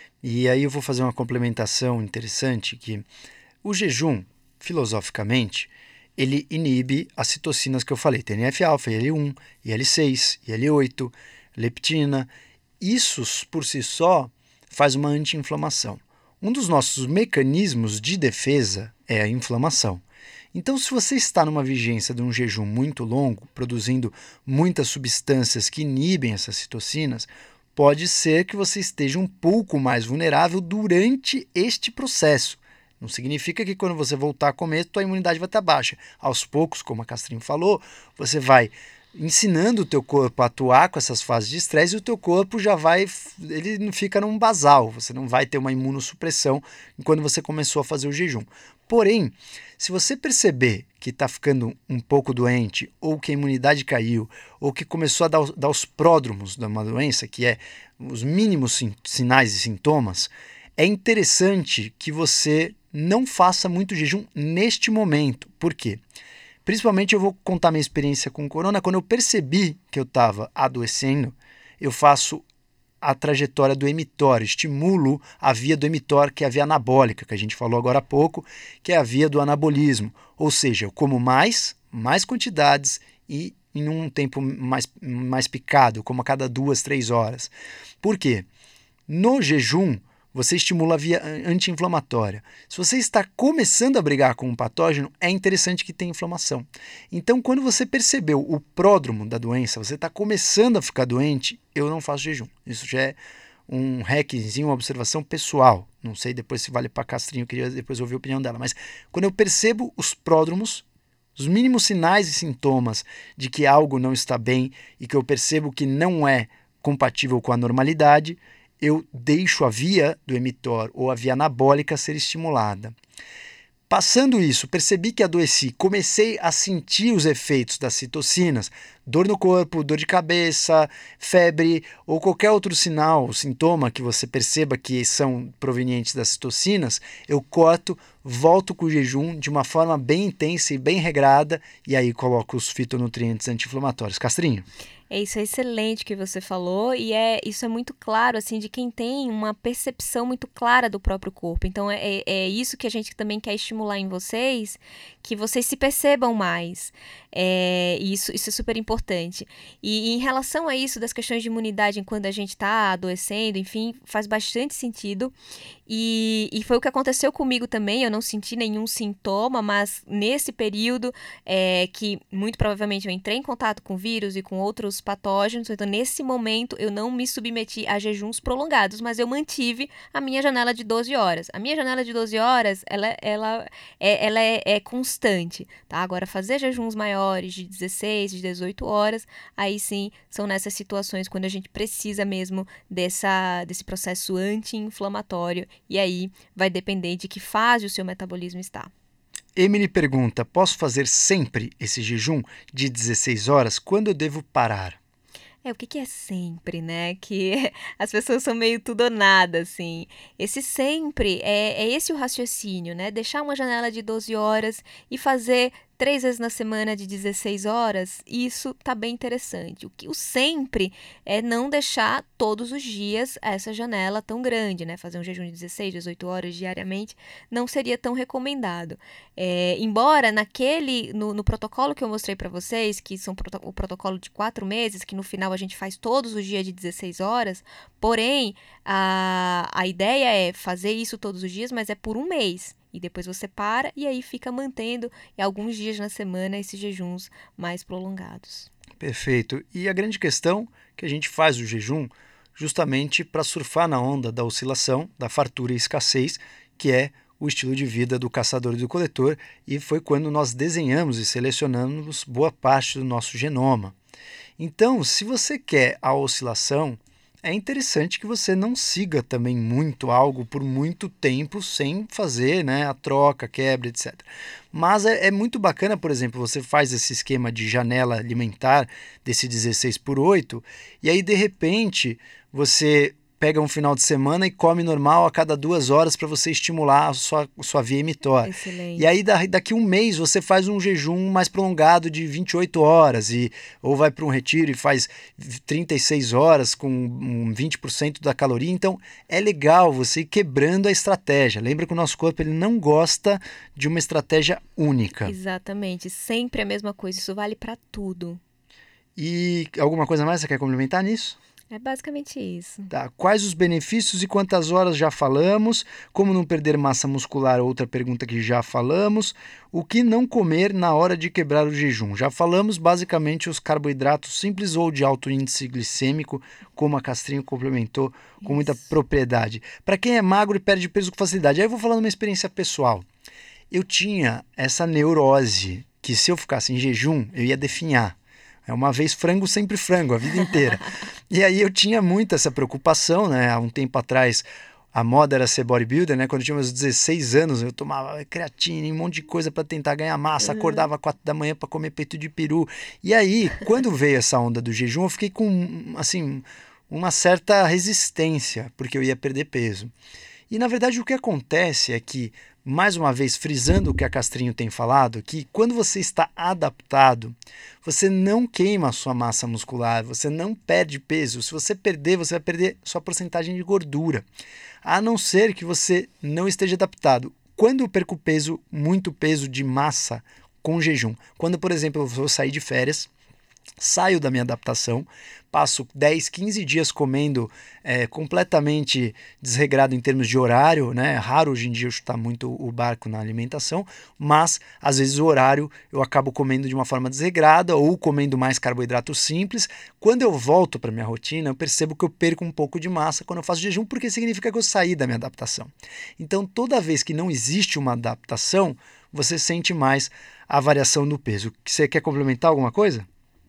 E aí eu vou fazer uma complementação interessante, que o jejum, filosoficamente, ele inibe as citocinas que eu falei, TNF-alfa, IL-1, IL-6, IL-8, leptina. Isso, por si só, faz uma anti-inflamação. Um dos nossos mecanismos de defesa é a inflamação. Então, se você está numa vigência de um jejum muito longo, produzindo muitas substâncias que inibem essas citocinas, pode ser que você esteja um pouco mais vulnerável durante este processo. Não significa que quando você voltar a comer, tua imunidade vai estar baixa. Aos poucos, como a Castrinho falou, você vai ensinando o teu corpo a atuar com essas fases de estresse e o teu corpo ele não fica num basal. Você não vai ter uma imunossupressão quando você começou a fazer o jejum. Porém, se você perceber que está ficando um pouco doente, ou que a imunidade caiu, ou que começou a dar os pródromos de uma doença, que é os mínimos sinais e sintomas, é interessante que você não faça muito jejum neste momento. Por quê? Principalmente eu vou contar minha experiência com o corona. Quando eu percebi que eu estava adoecendo, eu faço a trajetória do mTOR, estimulo a via do mTOR, que é a via anabólica, que a gente falou agora há pouco, que é a via do anabolismo. Ou seja, eu como mais quantidades e em um tempo mais picado, como a cada 2, 3 horas. Por quê? No jejum, você estimula a via anti-inflamatória. Se você está começando a brigar com um patógeno, é interessante que tenha inflamação. Então, quando você percebeu o pródromo da doença, você está começando a ficar doente, eu não faço jejum. Isso já é um hackzinho, uma observação pessoal. Não sei depois se vale para Castrinho, eu queria depois ouvir a opinião dela. Mas quando eu percebo os pródromos, os mínimos sinais e sintomas de que algo não está bem e que eu percebo que não é compatível com a normalidade, eu deixo a via do mTOR ou a via anabólica ser estimulada. Passando isso, percebi que adoeci, comecei a sentir os efeitos das citocinas, dor no corpo, dor de cabeça, febre ou qualquer outro sinal, sintoma que você perceba que são provenientes das citocinas, eu corto, volto com o jejum de uma forma bem intensa e bem regrada e aí coloco os fitonutrientes anti-inflamatórios. Castrinho? Isso é excelente que você falou e isso é muito claro, assim, de quem tem uma percepção muito clara do próprio corpo. Então, é isso que a gente também quer estimular em vocês, que vocês se percebam mais. Isso é super importante. E em relação a isso, das questões de imunidade quando a gente está adoecendo, enfim, faz bastante sentido. E foi o que aconteceu comigo também, eu não senti nenhum sintoma, mas nesse período que muito provavelmente eu entrei em contato com vírus e com outros patógenos, então nesse momento eu não me submeti a jejuns prolongados, mas eu mantive a minha janela de 12 horas. A minha janela de 12 horas, ela é constante, tá? Agora, fazer jejuns maiores de 16, de 18 horas, aí sim são nessas situações quando a gente precisa mesmo desse processo anti-inflamatório. E aí vai depender de que fase o seu metabolismo está. Emily pergunta, posso fazer sempre esse jejum de 16 horas? Quando eu devo parar? O que é sempre, né? Que as pessoas são meio tudo ou nada, assim. Esse sempre é esse o raciocínio, né? Deixar uma janela de 12 horas e fazer 3 vezes na semana de 16 horas, isso tá bem interessante. O sempre é não deixar todos os dias essa janela tão grande, né? Fazer um jejum de 16, 18 horas diariamente não seria tão recomendado. Embora no protocolo que eu mostrei para vocês, que são o protocolo de 4 meses, que no final a gente faz todos os dias de 16 horas, porém, a ideia é fazer isso todos os dias, mas é por um mês. E depois você para e aí fica mantendo alguns dias na semana esses jejuns mais prolongados. Perfeito. E a grande questão é que a gente faz o jejum justamente para surfar na onda da oscilação, da fartura e escassez, que é o estilo de vida do caçador e do coletor, e foi quando nós desenhamos e selecionamos boa parte do nosso genoma. Então, se você quer a oscilação, é interessante que você não siga também muito algo por muito tempo sem fazer, né, a troca, quebra, etc. Mas é muito bacana, por exemplo, você faz esse esquema de janela alimentar desse 16/8 e aí, de repente, você pega um final de semana e come normal a cada 2 horas para você estimular a sua via mTOR. Excelente. E aí daqui um mês você faz um jejum mais prolongado de 28 horas ou vai para um retiro e faz 36 horas com 20% da caloria. Então é legal você ir quebrando a estratégia. Lembra que o nosso corpo ele não gosta de uma estratégia única. Exatamente, sempre a mesma coisa, isso vale para tudo. E alguma coisa mais você quer complementar nisso? É basicamente isso. Tá. Quais os benefícios e quantas horas já falamos? Como não perder massa muscular? Outra pergunta que já falamos. O que não comer na hora de quebrar o jejum? Já falamos basicamente os carboidratos simples ou de alto índice glicêmico, como a Castrinho complementou com muita propriedade. Para quem é magro e perde peso com facilidade. Aí eu vou falando uma experiência pessoal. Eu tinha essa neurose que se eu ficasse em jejum, eu ia definhar. É uma vez frango, sempre frango, a vida inteira. E aí eu tinha muito essa preocupação, né? Há um tempo atrás, a moda era ser bodybuilder, né? Quando eu tinha meus 16 anos, eu tomava creatina e um monte de coisa para tentar ganhar massa, acordava às 4 da manhã para comer peito de peru. E aí, quando veio essa onda do jejum, eu fiquei com, assim, uma certa resistência, porque eu ia perder peso. E, na verdade, o que acontece é que, mais uma vez, frisando o que a Castrinho tem falado, que quando você está adaptado, você não queima a sua massa muscular, você não perde peso. Se você perder, você vai perder sua porcentagem de gordura, a não ser que você não esteja adaptado. Quando eu perco peso, muito peso de massa com jejum? Quando, por exemplo, eu vou sair de férias, saio da minha adaptação, passo 10, 15 dias comendo completamente desregrado em termos de horário, né? É raro hoje em dia eu chutar muito o barco na alimentação, mas às vezes o horário eu acabo comendo de uma forma desregrada ou comendo mais carboidrato simples. Quando eu volto para minha rotina, eu percebo que eu perco um pouco de massa quando eu faço jejum, porque significa que eu saí da minha adaptação. Então, toda vez que não existe uma adaptação, você sente mais a variação do peso. Você quer complementar alguma coisa?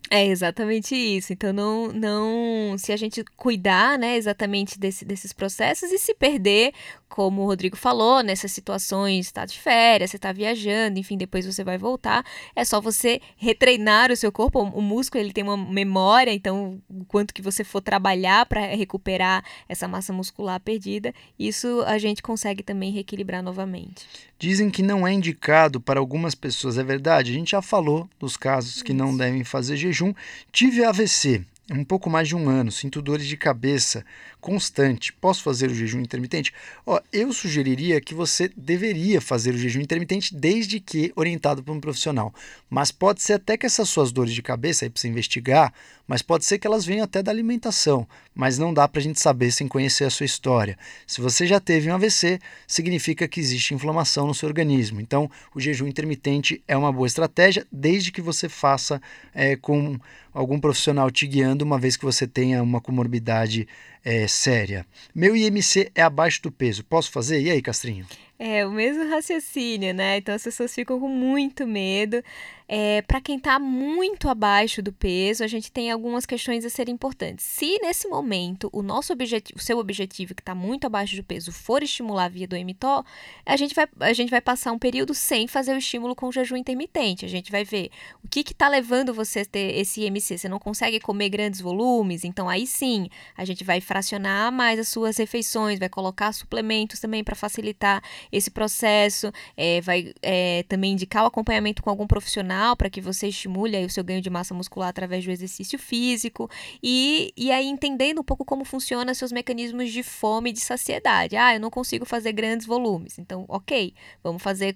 É exatamente isso. Então, se a gente cuidar, né, exatamente desses processos e se perder, como o Rodrigo falou, nessas situações, está de férias, você está viajando, enfim, depois você vai voltar, é só você retreinar o seu corpo. O músculo, ele tem uma memória, então, o quanto que você for trabalhar para recuperar essa massa muscular perdida, isso a gente consegue também reequilibrar novamente. Dizem que não é indicado para algumas pessoas, é verdade? A gente já falou dos casos que não devem fazer jejum. Tive AVC, um pouco mais de um ano, sinto dores de cabeça constante. Posso fazer o jejum intermitente? Eu sugeriria que você deveria fazer o jejum intermitente desde que orientado por um profissional. Mas pode ser até que essas suas dores de cabeça, aí precisa investigar, mas pode ser que elas venham até da alimentação. Mas não dá para a gente saber sem conhecer a sua história. Se você já teve um AVC, significa que existe inflamação no seu organismo. Então, o jejum intermitente é uma boa estratégia, desde que você faça com algum profissional te guiando, uma vez que você tenha uma comorbidade séria. Meu IMC é abaixo do peso. Posso fazer? E aí, Castrinho? É o mesmo raciocínio, né? Então as pessoas ficam com muito medo. Para quem está muito abaixo do peso, a gente tem algumas questões a serem importantes. Se nesse momento o seu objetivo que está muito abaixo do peso for estimular via do mTOR, a gente vai passar um período sem fazer o estímulo com o jejum intermitente. A gente vai ver o que está levando você a ter esse IMC. Você não consegue comer grandes volumes, então aí sim a gente vai fracionar mais as suas refeições, vai colocar suplementos também para facilitar esse processo, vai também indicar o acompanhamento com algum profissional para que você estimule aí o seu ganho de massa muscular através do exercício físico e aí entendendo um pouco como funcionam seus mecanismos de fome e de saciedade. Eu não consigo fazer grandes volumes, então ok, vamos fazer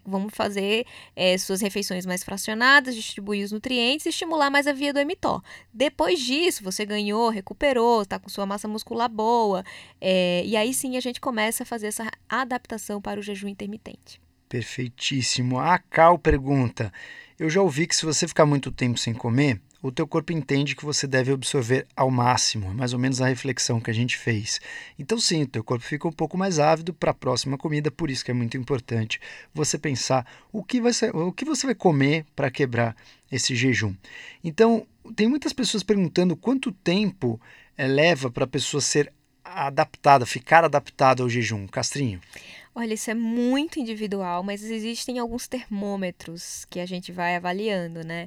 suas refeições mais fracionadas, distribuir os nutrientes e estimular mais a via do mTOR. Depois disso, você ganhou, recuperou, está com sua massa muscular boa, e aí sim a gente começa a fazer essa adaptação para o jejum intermitente. Perfeitíssimo. A Cal pergunta: eu já ouvi que se você ficar muito tempo sem comer, o teu corpo entende que você deve absorver ao máximo, mais ou menos a reflexão que a gente fez. Então sim, o teu corpo fica um pouco mais ávido para a próxima comida, por isso que é muito importante você pensar o que você vai comer para quebrar esse jejum. Então, tem muitas pessoas perguntando quanto tempo leva para a pessoa ser adaptada, ficar adaptada ao jejum. Castrinho? Olha, isso é muito individual, mas existem alguns termômetros que a gente vai avaliando, né?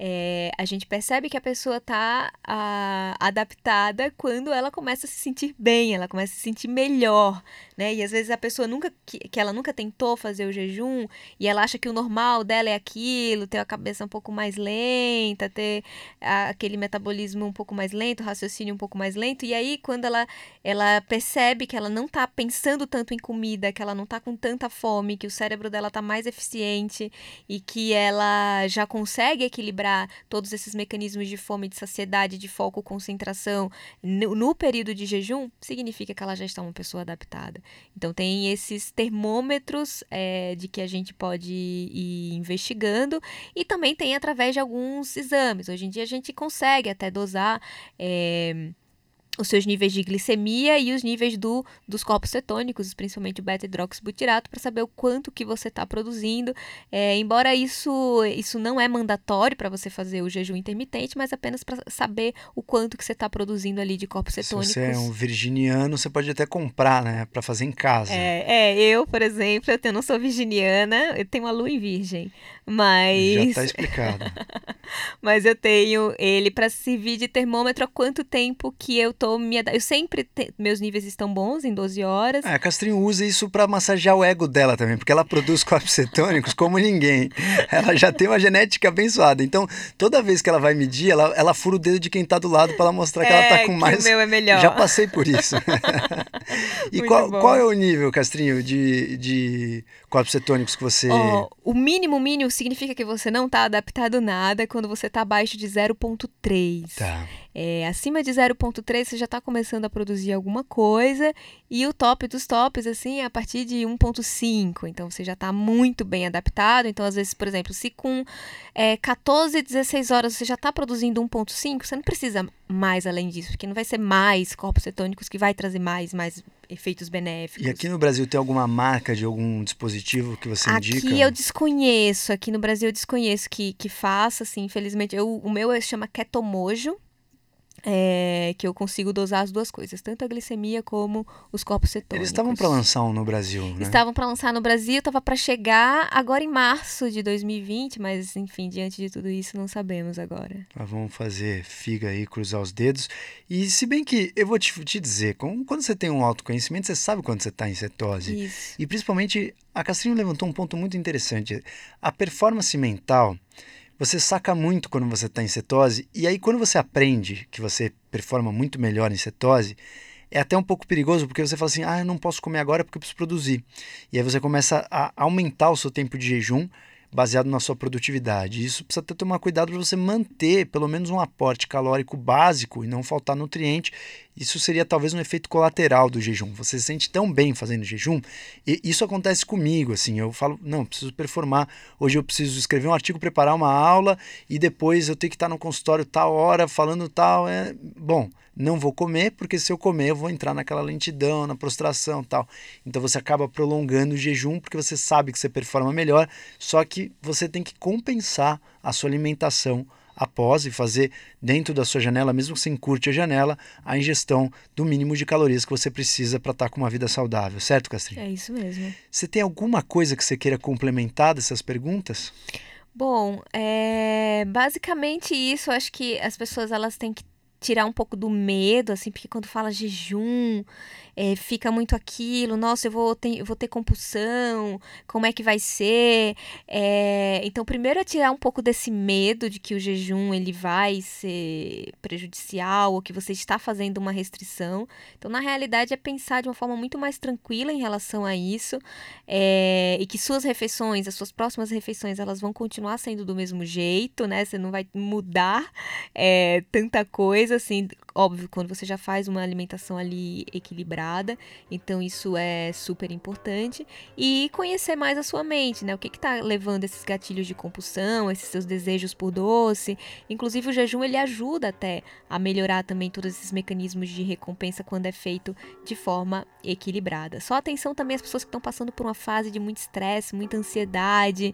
A gente percebe que a pessoa está adaptada quando ela começa a se sentir bem, ela começa a se sentir melhor, né? E às vezes a pessoa ela nunca tentou fazer o jejum e ela acha que o normal dela é aquilo, ter a cabeça um pouco mais lenta, ter aquele metabolismo um pouco mais lento, o raciocínio um pouco mais lento, e aí quando ela percebe que ela não está pensando tanto em comida, que ela não está com tanta fome, que o cérebro dela está mais eficiente e que ela já consegue equilibrar todos esses mecanismos de fome, de saciedade, de foco, concentração no período de jejum, significa que ela já está uma pessoa adaptada. Então tem esses termômetros de que a gente pode ir investigando e também tem através de alguns exames. Hoje em dia a gente consegue até dosar os seus níveis de glicemia e os níveis dos corpos cetônicos, principalmente o beta-hidroxibutirato, para saber o quanto que você está produzindo. Embora isso não é mandatório para você fazer o jejum intermitente, mas apenas para saber o quanto que você está produzindo ali de corpos cetônicos. Se você é um virginiano, você pode até comprar, né, para fazer em casa. Eu, por exemplo, eu não sou virginiana, eu tenho uma lua em virgem, mas... Já está explicado. Mas eu tenho ele para servir de termômetro há quanto tempo que eu tô eu sempre meus níveis estão bons em 12 horas. A Castrinho usa isso para massagear o ego dela também, porque ela produz corpos cetônicos como ninguém. Ela já tem uma genética abençoada. Então, toda vez que ela vai medir, ela fura o dedo de quem tá do lado para ela mostrar que ela tá com mais. O meu é melhor. Já passei por isso. E qual é o nível, Castrinho, de corpos cetônicos que você... O mínimo significa que você não tá adaptado nada quando você tá abaixo de 0,3. Tá. Acima de 0,3 você já está começando a produzir alguma coisa e o top dos tops, assim, é a partir de 1,5. Então, você já está muito bem adaptado. Então, às vezes, por exemplo, se com 14, 16 horas você já está produzindo 1,5, você não precisa mais além disso, porque não vai ser mais corpos cetônicos que vai trazer mais efeitos benéficos. E aqui no Brasil tem alguma marca de algum dispositivo que você indica? Aqui eu desconheço, aqui no Brasil eu desconheço que faça, assim, infelizmente. O meu se chama Ketomojo. Que eu consigo dosar as duas coisas, tanto a glicemia como os corpos cetônicos. Eles estavam para lançar um no Brasil, né? Estavam para lançar no Brasil, estava para chegar agora em março de 2020, mas enfim, diante de tudo isso, não sabemos agora. Vamos fazer figa aí, cruzar os dedos. E se bem que eu vou te dizer, quando você tem um autoconhecimento, você sabe quando você está em cetose. Isso. E principalmente, a Castrinho levantou um ponto muito interessante. A performance mental, você saca muito quando você está em cetose, e aí quando você aprende que você performa muito melhor em cetose, é até um pouco perigoso, porque você fala assim, eu não posso comer agora porque eu preciso produzir. E aí você começa a aumentar o seu tempo de jejum baseado na sua produtividade. Isso precisa ter tomar cuidado para você manter pelo menos um aporte calórico básico e não faltar nutriente. Isso seria talvez um efeito colateral do jejum. Você se sente tão bem fazendo jejum, e isso acontece comigo, assim, eu falo, não, preciso performar, hoje eu preciso escrever um artigo, preparar uma aula, e depois eu tenho que estar no consultório tal hora, falando tal, bom, não vou comer, porque se eu comer eu vou entrar naquela lentidão, na prostração tal. Então você acaba prolongando o jejum, porque você sabe que você performa melhor, só que você tem que compensar a sua alimentação após e fazer dentro da sua janela, mesmo que você encurte a janela, a ingestão do mínimo de calorias que você precisa para estar com uma vida saudável, certo, Castrinha? É isso mesmo. Você tem alguma coisa que você queira complementar dessas perguntas? Bom, basicamente isso, acho que as pessoas elas têm que tirar um pouco do medo, assim, porque quando fala jejum, fica muito aquilo, nossa, eu vou ter compulsão, como é que vai ser? Então, primeiro é tirar um pouco desse medo de que o jejum ele vai ser prejudicial ou que você está fazendo uma restrição. Então, na realidade, é pensar de uma forma muito mais tranquila em relação a isso, e que suas refeições, as suas próximas refeições, elas vão continuar sendo do mesmo jeito, né? Você não vai mudar tanta coisa, assim, óbvio, quando você já faz uma alimentação ali equilibrada, então isso é super importante. E conhecer mais a sua mente, né? O que está levando esses gatilhos de compulsão, esses seus desejos por doce. Inclusive o jejum ele ajuda até a melhorar também todos esses mecanismos de recompensa quando é feito de forma equilibrada. Só atenção também às pessoas que estão passando por uma fase de muito estresse, muita ansiedade,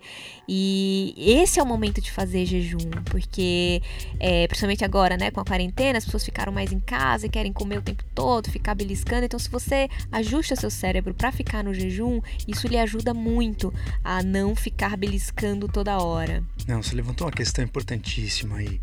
e esse é o momento de fazer jejum, porque principalmente agora, né, com a quarentena, as pessoas ficaram mais em casa e querem comer o tempo todo, ficar beliscando. Então, se você ajusta seu cérebro para ficar no jejum, isso lhe ajuda muito a não ficar beliscando toda hora. Não, você levantou uma questão importantíssima aí.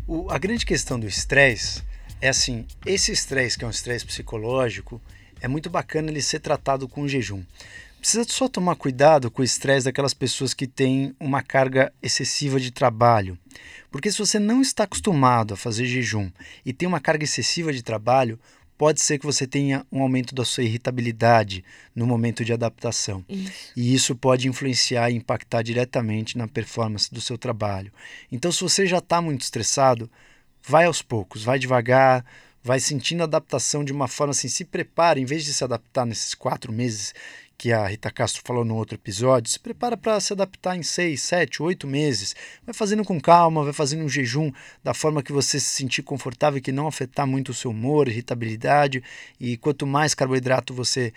A grande questão do estresse é assim, esse estresse, que é um estresse psicológico, é muito bacana ele ser tratado com jejum. Precisa só tomar cuidado com o estresse daquelas pessoas que têm uma carga excessiva de trabalho. Porque se você não está acostumado a fazer jejum e tem uma carga excessiva de trabalho, pode ser que você tenha um aumento da sua irritabilidade no momento de adaptação. Isso. E isso pode influenciar e impactar diretamente na performance do seu trabalho. Então, se você já está muito estressado, vai aos poucos, vai devagar, vai sentindo a adaptação de uma forma assim, se prepare, em vez de se adaptar nesses 4 meses que a Rita Castro falou no outro episódio, se prepara para se adaptar em 6, 7, 8 meses. Vai fazendo com calma, vai fazendo um jejum da forma que você se sentir confortável e que não afetar muito o seu humor, irritabilidade. E quanto mais carboidrato você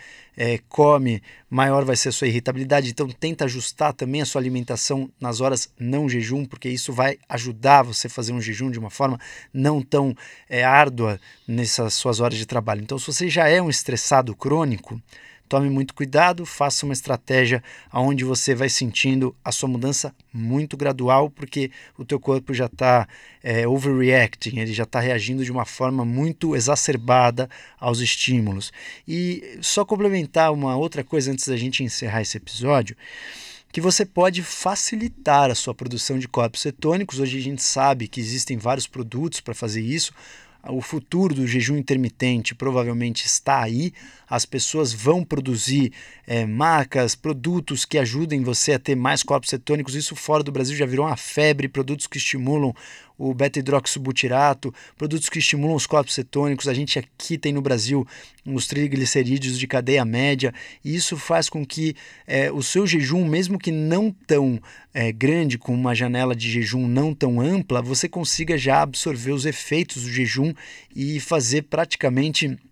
come, maior vai ser a sua irritabilidade. Então tenta ajustar também a sua alimentação nas horas não jejum, porque isso vai ajudar você a fazer um jejum de uma forma não tão árdua nessas suas horas de trabalho. Então, se você já é um estressado crônico, tome muito cuidado, faça uma estratégia onde você vai sentindo a sua mudança muito gradual, porque o teu corpo já está overreacting, ele já está reagindo de uma forma muito exacerbada aos estímulos. E só complementar uma outra coisa antes da gente encerrar esse episódio, que você pode facilitar a sua produção de corpos cetônicos. Hoje a gente sabe que existem vários produtos para fazer isso. O futuro do jejum intermitente provavelmente está aí. As pessoas vão produzir marcas, produtos que ajudem você a ter mais corpos cetônicos. Isso fora do Brasil já virou uma febre. Produtos que estimulam o beta-hidroxibutirato, produtos que estimulam os corpos cetônicos. A gente aqui tem no Brasil os triglicerídeos de cadeia média, e isso faz com que o seu jejum, mesmo que não tão grande, com uma janela de jejum não tão ampla, você consiga já absorver os efeitos do jejum e fazer praticamente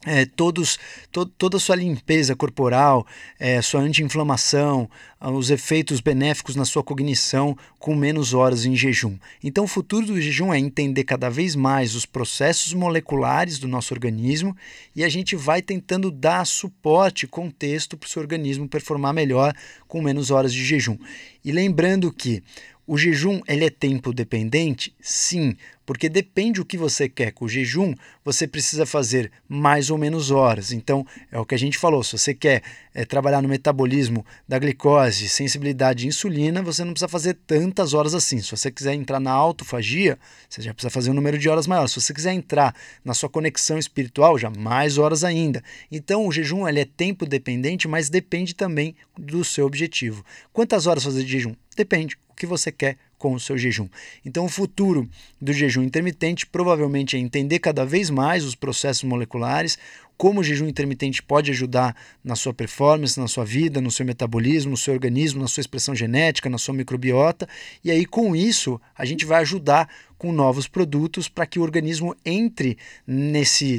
toda a sua limpeza corporal, sua anti-inflamação, os efeitos benéficos na sua cognição com menos horas em jejum. Então o futuro do jejum é entender cada vez mais os processos moleculares do nosso organismo e a gente vai tentando dar suporte, contexto para o seu organismo performar melhor com menos horas de jejum. E lembrando que o jejum ele é tempo dependente? Sim, porque depende o que você quer. Com o jejum, você precisa fazer mais ou menos horas. Então, é o que a gente falou, se você quer trabalhar no metabolismo da glicose, sensibilidade à insulina, você não precisa fazer tantas horas assim. Se você quiser entrar na autofagia, você já precisa fazer um número de horas maior. Se você quiser entrar na sua conexão espiritual, já mais horas ainda. Então, o jejum ele é tempo dependente, mas depende também do seu objetivo. Quantas horas fazer de jejum? Depende. O que você quer com o seu jejum. Então, o futuro do jejum intermitente provavelmente é entender cada vez mais os processos moleculares, como o jejum intermitente pode ajudar na sua performance, na sua vida, no seu metabolismo, no seu organismo, na sua expressão genética, na sua microbiota. E aí, com isso, a gente vai ajudar com novos produtos para que o organismo entre nesse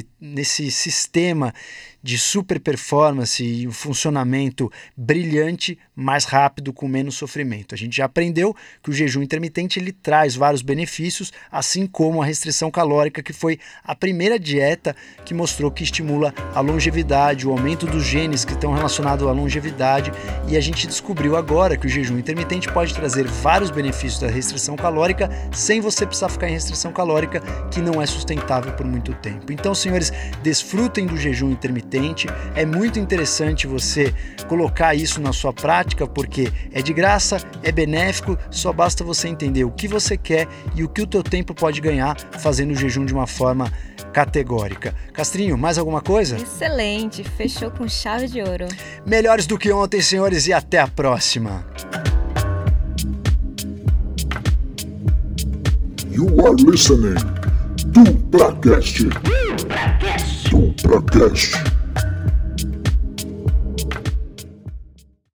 sistema de super performance e um funcionamento brilhante, mais rápido, com menos sofrimento. A gente já aprendeu que o jejum intermitente ele traz vários benefícios, assim como a restrição calórica, que foi a primeira dieta que mostrou que estimula a longevidade, o aumento dos genes que estão relacionados à longevidade, e a gente descobriu agora que o jejum intermitente pode trazer vários benefícios da restrição calórica sem você precisar ficar em restrição calórica, que não é sustentável por muito tempo. Então, senhores, desfrutem do jejum intermitente. É muito interessante você colocar isso na sua prática, porque é de graça, é benéfico, só basta você entender o que você quer e o que o teu tempo pode ganhar fazendo o jejum de uma forma categórica. Castrinho, mais alguma coisa? Excelente, fechou com chave de ouro. Melhores do que ontem, senhores, e até a próxima. You are listening to Pracast.